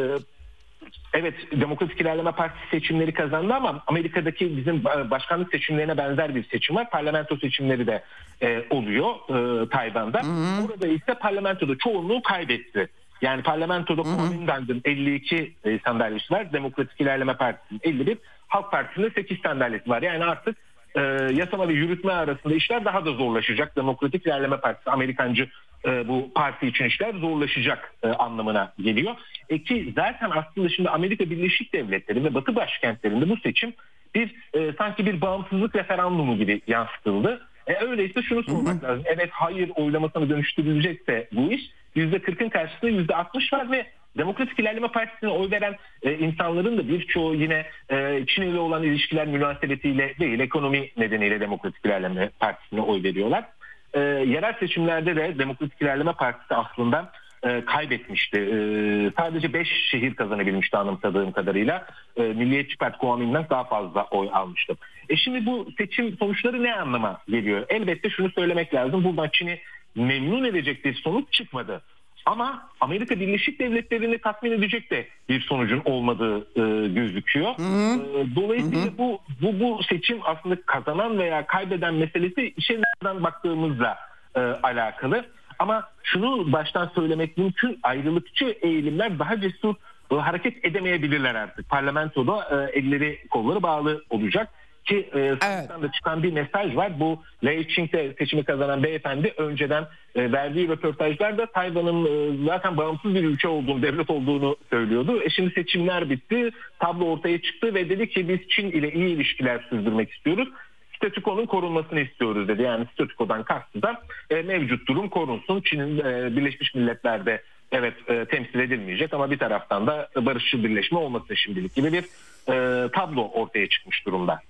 evet Demokratik İlerleme Partisi seçimleri kazandı ama Amerika'daki bizim başkanlık seçimlerine benzer bir seçim var. Parlamento seçimleri de e, oluyor e, Tayvan'da. Burada ise parlamentoda çoğunluğu kaybetti. Yani parlamentoda Kuomintang'ın elli iki e, sandalyesi var. Demokratik İlerleme Partisi'nin elli bir, Halk Partisi'nin sekiz sandalyesi var. Yani artık e, yasama ve yürütme arasında işler daha da zorlaşacak. Demokratik İlerleme Partisi, Amerikancı e, bu parti için işler zorlaşacak e, anlamına geliyor. E ki zaten aslında şimdi Amerika Birleşik Devletleri ve Batı başkentlerinde bu seçim bir e, sanki bir bağımsızlık referandumu gibi yansıtıldı. E, öyleyse şunu sormak lazım. Evet, hayır oylamasına dönüştürülecekse bu iş yüzde kırkın karşısında yüzde altmış var ve Demokratik İlerleme Partisi'ne oy veren e, insanların da birçoğu yine e, Çin ile olan ilişkiler münasebetiyle değil, ekonomi nedeniyle Demokratik İlerleme Partisi'ne oy veriyorlar. E, yerel seçimlerde de Demokratik İlerleme Partisi aslında e, kaybetmişti. E, sadece beş şehir kazanabilmişti anımsadığım kadarıyla. E, Milliyetçi Parti Kuomintang daha fazla oy almıştı. E şimdi bu seçim sonuçları ne anlama geliyor? Elbette şunu söylemek lazım. Buradan Çin'i memnun edecek bir sonuç çıkmadı. Ama Amerika Birleşik Devletleri'ni tatmin edecek de bir sonucun olmadığı e, gözüküyor. Hı hı. E, dolayısıyla hı hı. bu bu bu seçim aslında kazanan veya kaybeden meselesi işe nereden baktığımızla e, alakalı. Ama şunu baştan söylemek mümkün: ayrılıkçı eğilimler daha cesur e, hareket edemeyebilirler artık. Parlamentoda e, elleri kolları bağlı olacak. Ki e, evet. da çıkan bir mesaj var. Bu Lei Ching-te seçimi kazanan beyefendi önceden e, verdiği röportajlarda Tayvan'ın e, zaten bağımsız bir ülke olduğunu, devlet olduğunu söylüyordu. E şimdi seçimler bitti, tablo ortaya çıktı ve dedi ki biz Çin ile iyi ilişkiler sürdürmek istiyoruz. Statükonun korunmasını istiyoruz dedi. Yani statükodan kastı da e, mevcut durum korunsun. Çin'in e, Birleşmiş Milletler'de evet e, temsil edilmeyecek ama bir taraftan da barışçıl birleşme olması şimdilik gibi bir e, tablo ortaya çıkmış durumda.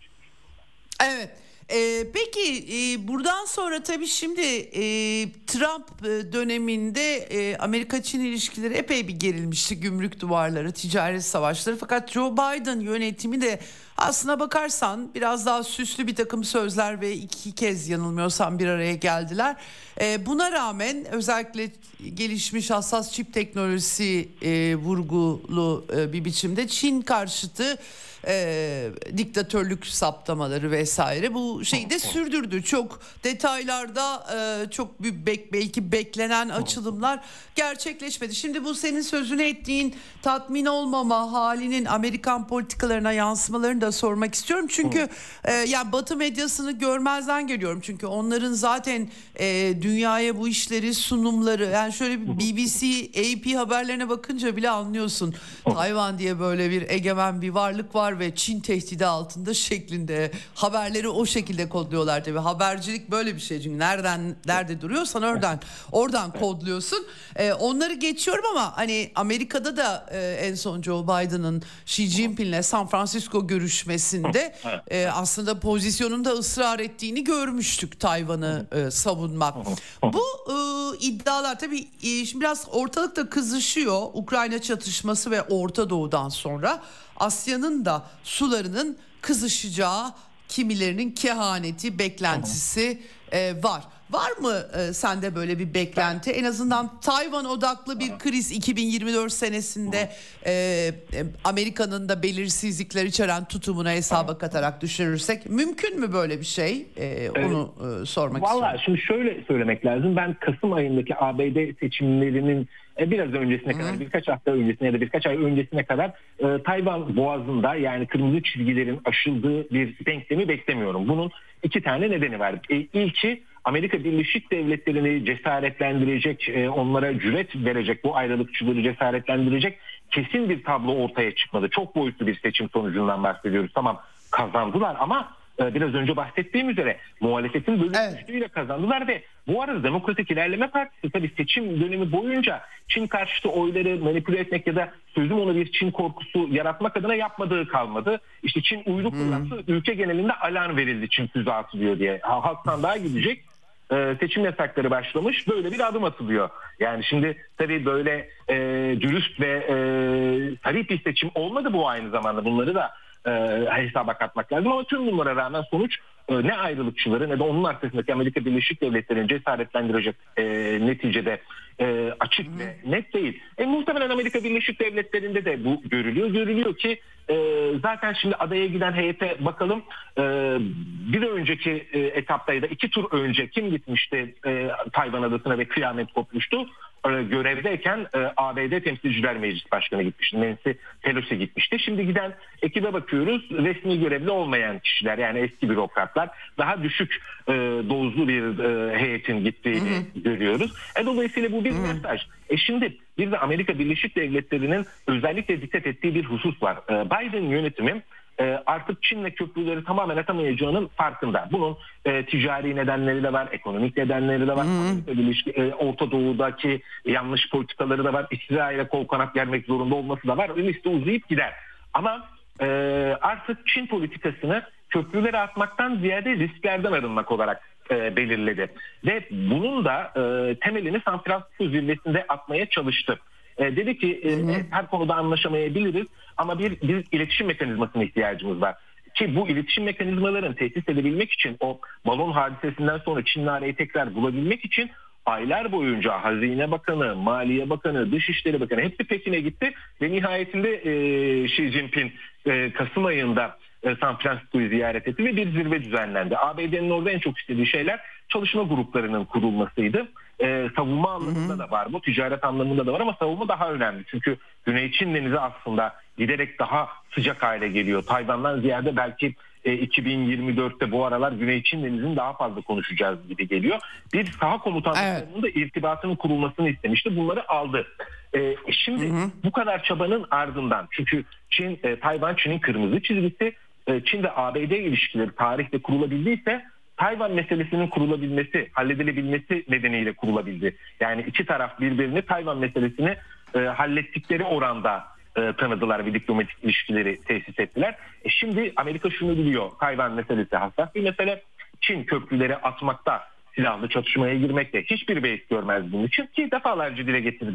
Evet. Ee, peki e, buradan sonra tabii şimdi e, Trump döneminde e, Amerika-Çin ilişkileri epey bir gerilmişti. Gümrük duvarları, ticaret savaşları. Fakat Joe Biden yönetimi de Aslına bakarsan biraz daha süslü bir takım sözler ve iki kez yanılmıyorsam bir araya geldiler. Ee, buna rağmen özellikle gelişmiş hassas çip teknolojisi e, vurgulu e, bir biçimde Çin karşıtı e, diktatörlük saptamaları vesaire bu şeyi de sürdürdü. Çok detaylarda e, çok bir bek, belki beklenen açılımlar gerçekleşmedi. Şimdi bu senin sözünü ettiğin tatmin olmama halinin Amerikan politikalarına yansımalarını da sormak istiyorum. Çünkü e, yani Batı medyasını görmezden geliyorum. Çünkü onların zaten e, dünyaya bu işleri sunumları, yani şöyle bir B B C, A P haberlerine bakınca bile anlıyorsun. Tayvan diye böyle bir egemen bir varlık var ve Çin tehdidi altında şeklinde haberleri o şekilde kodluyorlar tabii. Habercilik böyle bir şey, çünkü nereden nerede duruyorsan oradan oradan kodluyorsun. Ee, onları geçiyorum ama hani Amerika'da da e, en son Joe Biden'ın Xi Jinping'le San Francisco görüşmesinde e, aslında pozisyonunda ısrar ettiğini görmüştük, Tayvan'ı e, savunmak. Bu e, iddialar tabii e, şimdi biraz ortalıkta kızışıyor. Ukrayna çatışması ve Orta Doğu'dan sonra Asya'nın da sularının kızışacağı, kimilerinin kehaneti, beklentisi e, var. Var mı e, sende böyle bir beklenti? En azından Tayvan odaklı bir kriz iki bin yirmi dört senesinde e, e, Amerika'nın da belirsizlikler içeren tutumuna hesaba katarak düşünürsek mümkün mü böyle bir şey? E, onu e, sormak Vallahi istiyorum. Valla şimdi şöyle söylemek lazım. Ben Kasım ayındaki A B D seçimlerinin biraz öncesine kadar, Hı-hı. birkaç hafta öncesine ya da birkaç ay öncesine kadar e, Tayvan Boğazı'nda, yani kırmızı çizgilerin aşıldığı bir denklemi beklemiyorum. Bunun iki tane nedeni var. E, ilki, Amerika Birleşik Devletleri'ni cesaretlendirecek, e, onlara cüret verecek, bu ayrılıkçıları cesaretlendirecek kesin bir tablo ortaya çıkmadı. Çok boyutlu bir seçim sonucundan bahsediyoruz. Tamam, kazandılar ama e, biraz önce bahsettiğim üzere muhalefetin bölünmüşlüğüyle evet. kazandılar ve bu arada Demokratik İlerleme Partisi tabii seçim dönemi boyunca Çin karşıtı oyları manipüle etmek ya da sözüm ona bir Çin korkusu yaratmak adına yapmadığı kalmadı. İşte Çin uydu fırlattı, hmm. ülke genelinde alarm verildi Çin füze atılıyor diye. Halk sandığa gidecek, e, seçim yasakları başlamış, böyle bir adım atılıyor. Yani şimdi tabii böyle e, dürüst ve e, sarih bir seçim olmadı bu, aynı zamanda bunları da e, hesaba katmak lazım ama tüm bunlara rağmen sonuç e, ne ayrılıkçıları ne de onun arkasındaki Amerika Birleşik Devletleri'ni cesaretlendirecek e, neticede e, açık hmm. ve net değil. E, muhtemelen Amerika Birleşik Devletleri'nde de bu görülüyor. Görülüyor ki e, zaten şimdi adaya giden heyete bakalım. E, bir önceki e, etapta ya da iki tur önce kim gitmişti e, Tayvan adasına ve kıyamet kopmuştu? Görevdeyken e, A B D Temsilciler Meclisi Başkanı gitmişti. Nancy Pelosi gitmişti. Şimdi giden ekibe bakıyoruz. Resmi görevli olmayan kişiler, yani eski bürokratlar, daha düşük e, dozlu bir e, heyetin gittiğini hı hı. görüyoruz. E, dolayısıyla bu bir hı hı. mesaj. E şimdi bir de Amerika Birleşik Devletleri'nin özellikle dikkat ettiği bir husus var. E, Biden yönetimi artık Çin'le köprüleri tamamen atamayacağının farkında. Bunun e, ticari nedenleri de var, ekonomik nedenleri de var. Hmm. Orta Doğu'daki yanlış politikaları da var. İsrail'e kol kanat germek zorunda olması da var. Liste uzayıp gider. Ama e, artık Çin politikasını köprüleri atmaktan ziyade risklerden arınmak olarak e, belirledi. Ve bunun da e, temelini San Francisco zirvesinde atmaya çalıştı. E, dedi ki e, her konuda anlaşamayabiliriz ama bir, bir iletişim mekanizmasına ihtiyacımız var. Ki bu iletişim mekanizmalarını tesis edebilmek için, o balon hadisesinden sonra Çin'le arayı tekrar bulabilmek için aylar boyunca Hazine Bakanı, Maliye Bakanı, Dışişleri Bakanı hepsi Pekin'e gitti ve nihayetinde e, Xi Jinping e, Kasım ayında e, San Francisco'yu ziyaret etti ve bir zirve düzenlendi. A B D'nin orada en çok istediği şeyler çalışma gruplarının kurulmasıydı. Ee, savunma anlamında hı hı. da var bu, ticaret anlamında da var ama savunma daha önemli. Çünkü Güney Çin Denizi aslında giderek daha sıcak hale geliyor. Tayvan'dan ziyade belki e, iki bin yirmi dörtte bu aralar Güney Çin Denizi'ni daha fazla konuşacağız gibi geliyor. Bir saha komutanlığının evet. da irtibatının kurulmasını istemişti. Bunları aldı. E, şimdi hı hı. bu kadar çabanın ardından, çünkü Çin, e, Tayvan Çin'in kırmızı çizgisi, e, Çin ve A B D ilişkileri tarihte kurulabildiyse Tayvan meselesinin kurulabilmesi, halledilebilmesi nedeniyle kurulabildi. Yani iki taraf birbirini Tayvan meselesini e, hallettikleri oranda e, tanıdılar ve diplomatik ilişkileri tesis ettiler. E şimdi Amerika şunu biliyor, Tayvan meselesi hassas bir mesele. Çin köprüleri atmakta, silahlı çatışmaya girmekte hiçbir beis görmez bunun için, ki defalarca dile getirdi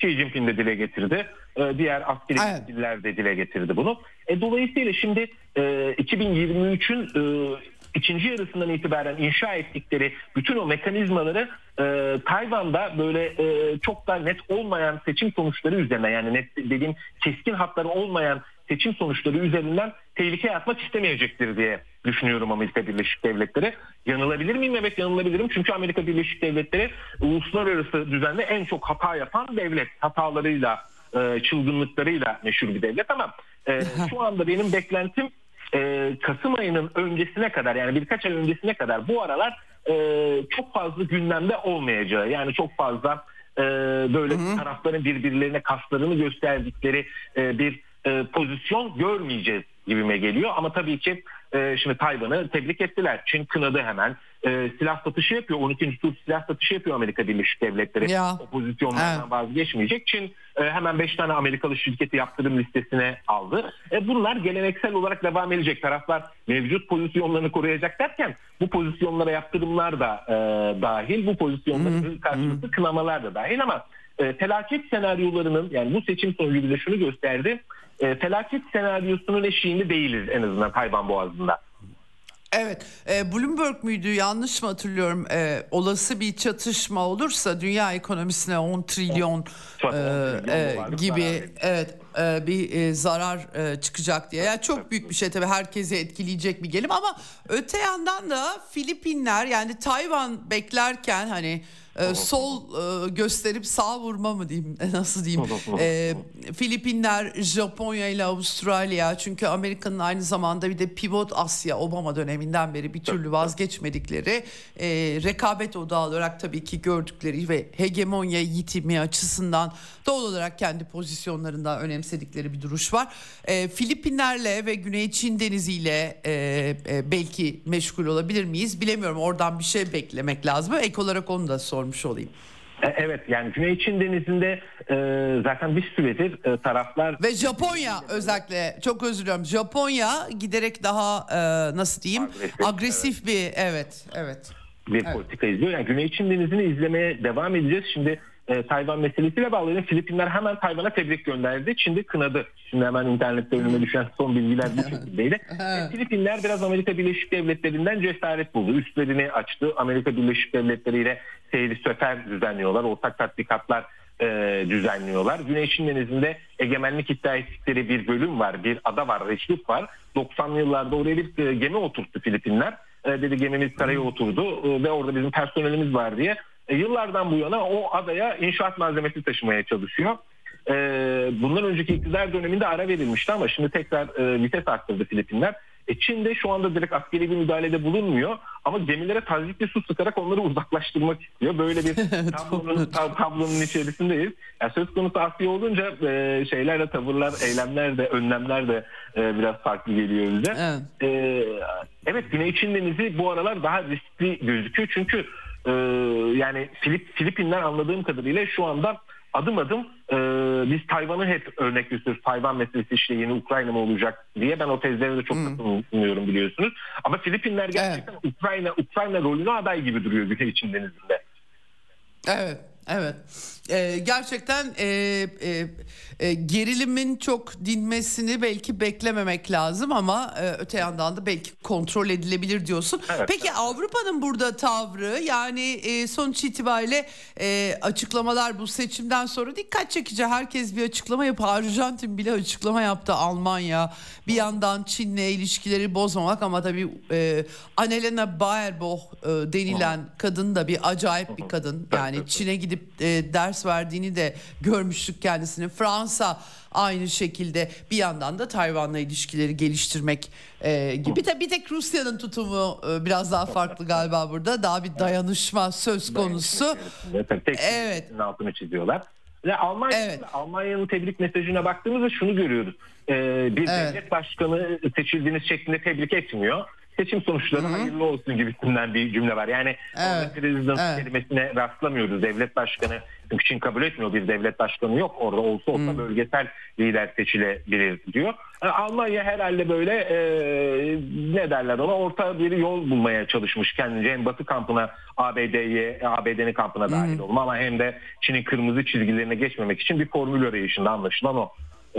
Xi Jinping de dile getirdi. E, diğer askeri Evet. yetkililer de dile getirdi bunu. E, dolayısıyla şimdi e, iki bin yirmi üçün e, ikinci yarısından itibaren inşa ettikleri bütün o mekanizmaları e, Tayvan'da böyle e, çok da net olmayan seçim sonuçları üzerine, yani net dediğim keskin hatları olmayan seçim sonuçları üzerinden tehlikeye atmak istemeyecektir diye düşünüyorum Amerika Birleşik Devletleri. Yanılabilir miyim? Evet, yanılabilirim. Çünkü Amerika Birleşik Devletleri uluslararası düzende en çok hata yapan devlet. Hatalarıyla, e, çılgınlıklarıyla meşhur bir devlet ama e, şu anda benim beklentim e, Kasım ayının öncesine kadar, yani birkaç ay öncesine kadar bu aralar e, çok fazla gündemde olmayacağı, yani çok fazla e, böyle hı hı. tarafların birbirlerine kaslarını gösterdikleri e, bir e, pozisyon görmeyeceğiz gibime geliyor. Ama tabii ki e, şimdi Tayvan'ı tebrik ettiler. Çin kınadı hemen. E, silah satışı yapıyor. on ikinci tur silah satışı yapıyor Amerika Birleşik Devletleri. Ya. O pozisyonlardan evet. vazgeçmeyecek. Çin e, hemen beş tane Amerikalı şirketi yaptırım listesine aldı. E, bunlar geleneksel olarak devam edecek. Taraflar mevcut pozisyonlarını koruyacak derken bu pozisyonlara yaptırımlar da e, dahil. Bu pozisyonların karşılıklı kınamalar da dahil ama e, felaket senaryolarının, yani bu seçim sonucu bize şunu gösterdi. E, felaket senaryosunun eşiğinde değiliz en azından Tayvan Boğazı'nda. Evet, e, Bloomberg müydü, yanlış mı hatırlıyorum, e, olası bir çatışma olursa dünya ekonomisine on trilyon e, e, gibi evet e, bir e, zarar e, çıkacak diye. Yani çok büyük bir şey tabii, herkese etkileyecek bir gelim ama öte yandan da Filipinler, yani Tayvan beklerken hani Ee, sol e, gösterip sağ vurma mı diyeyim, nasıl diyeyim, ee, Filipinler, Japonya ile Avustralya, çünkü Amerika'nın aynı zamanda bir de pivot Asya, Obama döneminden beri bir türlü vazgeçmedikleri e, rekabet odağı olarak tabii ki gördükleri ve hegemonya yitimi açısından doğal olarak kendi pozisyonlarından önemsedikleri bir duruş var. E, Filipinlerle ve Güney Çin Denizi ile e, e, belki meşgul olabilir miyiz bilemiyorum, oradan bir şey beklemek lazım. Ek olarak onu da sor. Olayım. Evet, yani Güney Çin Denizi'nde e, zaten bir süredir e, taraflar ve Japonya özellikle, çok özür diliyorum, Japonya giderek daha e, nasıl diyeyim agresif, agresif evet. bir evet evet bir evet. politika izliyor. Yani Güney Çin Denizi'ni izlemeye devam edeceğiz. Şimdi e, Tayvan meselesiyle bağlı. Filipinler hemen Tayvan'a tebrik gönderdi. Çin de kınadı. Şimdi hemen internette önüme düşen son bilgiler bu şekildeydi. e, Filipinler biraz Amerika Birleşik Devletleri'nden cesaret buldu. Üstlerini açtı. Amerika Birleşik Devletleri ile seyri söfer düzenliyorlar. Ortak tatbikatlar e, düzenliyorlar. Güney Çin Denizi'nde egemenlik iddia ettikleri bir bölüm var. Bir ada var. Reşit var. doksanlı yıllarda oraya bir e, gemi oturttu Filipinler. E, dedi gemimiz karaya oturdu e, ve orada bizim personelimiz var diye. E, yıllardan bu yana o adaya inşaat malzemesi taşımaya çalışıyor. E, bundan önceki iktidar döneminde ara verilmişti ama şimdi tekrar e, vites arttırdı Filipinler. E, Çin de şu anda direkt askeri bir müdahalede bulunmuyor ama gemilere tazikli su sıkarak onları uzaklaştırmak istiyor. Böyle bir tablonun, tablonun içerisindeyiz. Yani söz konusu Asya olunca e, şeyler de, tavırlar, eylemler de, önlemler de e, biraz farklı geliyor bize. Evet, e, evet Güney Çin Denizi bu aralar daha riskli gözüküyor çünkü e, yani Filip, Filipinler anladığım kadarıyla şu anda adım adım e, biz Tayvan'ı hep örnek gösteriyoruz. Tayvan meselesi işte yeni Ukrayna mı olacak diye, ben o tezlere de çok hmm. katılmıyorum biliyorsunuz. Ama Filipinler gerçekten evet. Ukrayna Ukrayna rolüne aday gibi duruyor Güney Çin Denizi'nde. Evet. Evet, ee, gerçekten e, e, e, gerilimin çok dinmesini belki beklememek lazım ama e, öte yandan da belki kontrol edilebilir diyorsun. Evet, Peki evet. Avrupa'nın burada tavrı, yani e, sonuç itibariyle e, açıklamalar bu seçimden sonra dikkat çekici, herkes bir açıklama yapıyor. Arjantin bile açıklama yaptı, Almanya, bir yandan Çin'le ilişkileri bozmamak ama tabii e, Annalena Baerbock e, denilen kadın da bir acayip bir kadın, yani Çin'e gidip E, ders verdiğini de görmüştük kendisini. Fransa aynı şekilde, bir yandan da Tayvan'la ilişkileri geliştirmek e, gibi. Bir, de, bir tek Rusya'nın tutumu e, biraz daha farklı galiba burada. Daha bir dayanışma söz konusu. Evet. Altını çiziyorlar. Ve Almanya, evet. Almanya'nın tebrik mesajına baktığımızda şunu görüyoruz. Ee, bir evet. devlet başkanı seçildiğiniz şeklinde tebrik etmiyor. seçim sonuçları Hı-hı. hayırlı olsun gibisinden bir cümle var. Yani evet. president evet. kelimesine rastlamıyoruz. Devlet başkanı, çünkü Çin kabul etmiyor, bir devlet başkanı yok. Orada olsa olsa Hı-hı. bölgesel lider seçilebilir diyor. Almanya herhalde böyle e, ne derler ona, orta bir yol bulmaya çalışmış kendince. Hem Batı kampına, A B D'ye, A B D'nin kampına dahil olma ama hem de Çin'in kırmızı çizgilerine geçmemek için bir formül arayışında, anlaşılan o. Ee,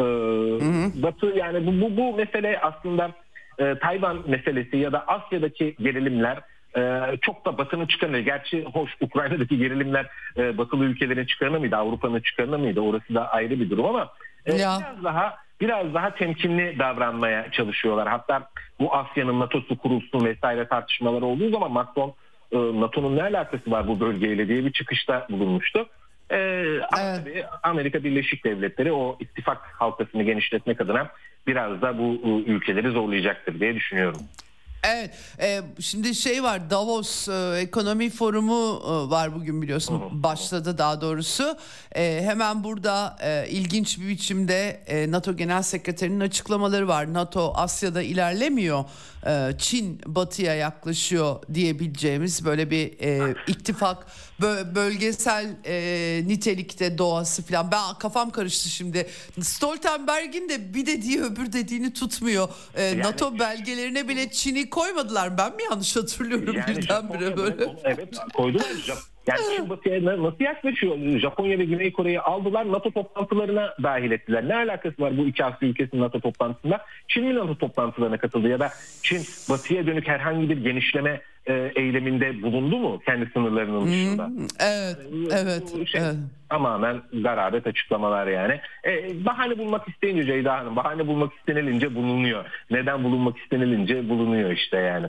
Batı yani bu, bu, bu mesele aslında e, Tayvan meselesi ya da Asya'daki gerilimler e, çok da Batı'nın çıkarına, gerçi hoş Ukrayna'daki gerilimler e, Batılı ülkelerin çıkarına mıydı, Avrupa'nın çıkarına mıydı, orası da ayrı bir durum ama e, biraz daha biraz daha temkinli davranmaya çalışıyorlar. Hatta bu Asya'nın NATO'su kurulsun vesaire tartışmaları olduğu zaman Macron e, NATO'nun ne alakası var bu bölgeyle diye bir çıkışta bulunmuştu. Ee, evet. Amerika Birleşik Devletleri o ittifak halkasını genişletmek adına biraz da bu ülkeleri zorlayacaktır diye düşünüyorum. Evet, e, şimdi şey var, Davos e, Ekonomi Forumu e, var bugün, biliyorsun. Hı hı. Başladı daha doğrusu. E, hemen burada e, ilginç bir biçimde e, NATO Genel Sekreterinin açıklamaları var. NATO Asya'da ilerlemiyor, e, Çin Batı'ya yaklaşıyor diyebileceğimiz böyle bir e, ittifak, bö- bölgesel e, nitelikte doğası falan. Ben kafam karıştı şimdi. Stoltenberg'in de bir dediği öbür dediğini tutmuyor. E, yani, NATO belgelerine bile Çin'i koymadılar. Ben mi yanlış hatırlıyorum yani birdenbire böyle? Evet, koydular. Yani Çin Batı'ya nasıl yaklaşıyor? Japonya ve Güney Kore'yi aldılar, NATO toplantılarına dahil ettiler. Ne alakası var bu iki Asya ülkesinin NATO toplantısında? Çin mi NATO toplantılarına katıldı ya da Çin Batı'ya dönük herhangi bir genişleme e, eyleminde bulundu mu kendi sınırlarının dışında? Hmm, evet, evet, şey, evet. Tamamen garabet açıklamalar yani. E, bahane bulmak isteyince Ceyda Hanım, bahane bulmak istenilince bulunuyor. Neden bulunmak istenilince bulunuyor işte yani.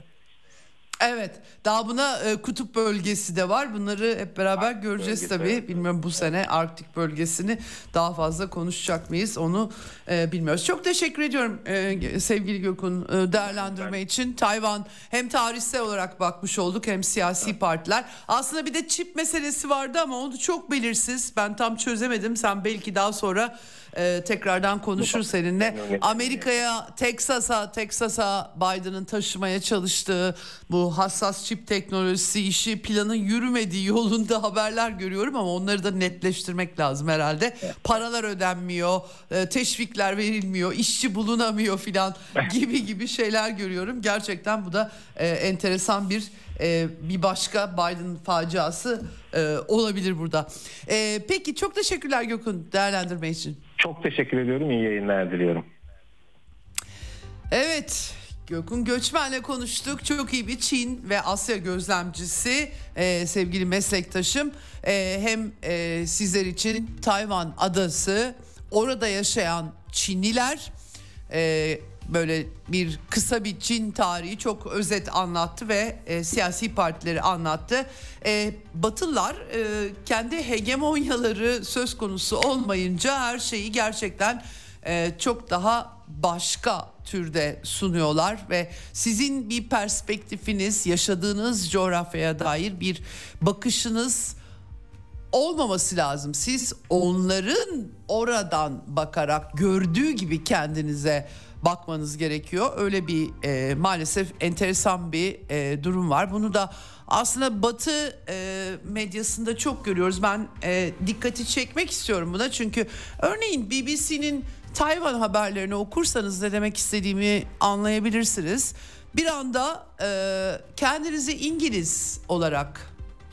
Evet, daha buna e, kutup bölgesi de var. Bunları hep beraber Arktik göreceğiz tabii. Evet. Bilmiyorum bu sene Arktik bölgesini daha fazla konuşacak mıyız, onu e, bilmiyoruz. Çok teşekkür ediyorum e, sevgili Gökhan, e, değerlendirme evet. için. Tayvan hem tarihsel olarak bakmış olduk hem siyasi evet. partiler. Aslında bir de çip meselesi vardı ama onu çok belirsiz. Ben tam çözemedim. Sen belki daha sonra Ee, tekrardan konuşur seninle. Amerika'ya, Teksas'a, Teksas'a Biden'ın taşımaya çalıştığı bu hassas çip teknolojisi işi, planın yürümediği yolunda haberler görüyorum ama onları da netleştirmek lazım herhalde. Paralar ödenmiyor, teşvikler verilmiyor, işçi bulunamıyor filan gibi gibi şeyler görüyorum. Gerçekten bu da e, enteresan bir e, bir başka Biden faciası e, olabilir burada. E, peki çok teşekkürler Gökhan değerlendirme için. Çok teşekkür ediyorum. İyi yayınlar diliyorum. Evet, Gökhan Göçmen'le konuştuk. Çok iyi bir Çin ve Asya gözlemcisi ee, sevgili meslektaşım. Ee, hem e, sizler için Tayvan adası, orada yaşayan Çinliler, e, böyle bir kısa bir Çin tarihi çok özet anlattı ve e, siyasi partileri anlattı. E, Batılılar e, kendi hegemonyaları söz konusu olmayınca her şeyi gerçekten e, çok daha başka türde sunuyorlar ve sizin bir perspektifiniz, yaşadığınız coğrafyaya dair bir bakışınız olmaması lazım. Siz onların oradan bakarak gördüğü gibi kendinize bakmanız gerekiyor. Öyle bir e, maalesef enteresan bir e, durum var. Bunu da aslında Batı e, medyasında çok görüyoruz. Ben e, dikkati çekmek istiyorum buna. Çünkü örneğin B B C'nin Tayvan haberlerini okursanız ne demek istediğimi anlayabilirsiniz. Bir anda e, kendinizi İngiliz olarak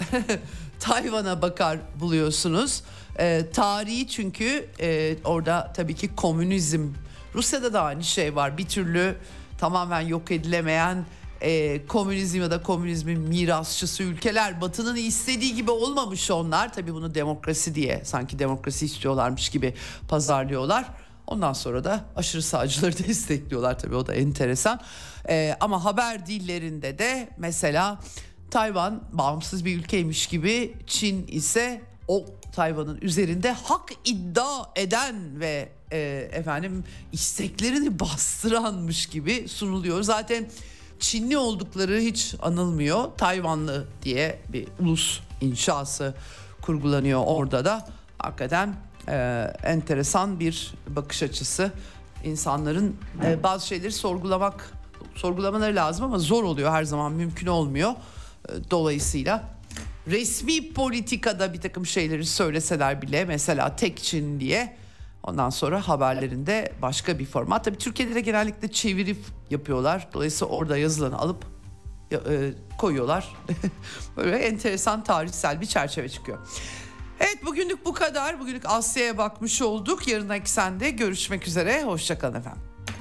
Tayvan'a bakar buluyorsunuz. E, tarihi çünkü e, orada tabii ki komünizm, Rusya'da da aynı şey var. Bir türlü tamamen yok edilemeyen e, komünizm ya da komünizmin mirasçısı ülkeler. Batı'nın istediği gibi olmamış onlar. Tabii bunu demokrasi diye, sanki demokrasi istiyorlarmış gibi pazarlıyorlar. Ondan sonra da aşırı sağcıları destekliyorlar. Tabii o da enteresan. E, ama haber dillerinde de mesela Tayvan bağımsız bir ülkeymiş gibi, Çin ise o Tayvan'ın üzerinde hak iddia eden ve e, efendim isteklerini bastıranmış gibi sunuluyor. Zaten Çinli oldukları hiç anılmıyor. Tayvanlı diye bir ulus inşası kurgulanıyor orada da. Hakikaten e, enteresan bir bakış açısı. İnsanların e, bazı şeyleri sorgulamak sorgulamaları lazım ama zor oluyor, her zaman mümkün olmuyor. Dolayısıyla resmi politikada bir takım şeyleri söyleseler bile, mesela tek Çin diye, ondan sonra haberlerinde başka bir format. Tabii Türkiye'de de genellikle çeviri yapıyorlar. Dolayısıyla orada yazılanı alıp e, koyuyorlar. Böyle enteresan tarihsel bir çerçeve çıkıyor. Evet, bugünlük bu kadar. Bugünlük Asya'ya bakmış olduk. Yarın Eksen'de görüşmek üzere. Hoşçakalın efendim.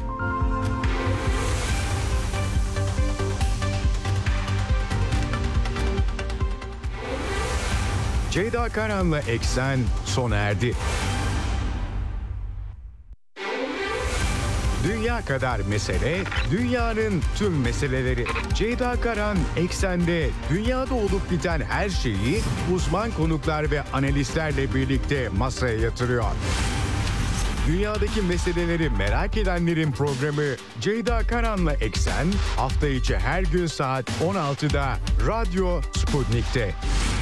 Ceyda Karan'la Eksen sona erdi. Dünya kadar mesele, dünyanın tüm meseleleri. Ceyda Karan Eksen'de dünyada olup biten her şeyi uzman konuklar ve analistlerle birlikte masaya yatırıyor. Dünyadaki meseleleri merak edenlerin programı Ceyda Karan'la Eksen hafta içi her gün saat on altıda Radyo Sputnik'te.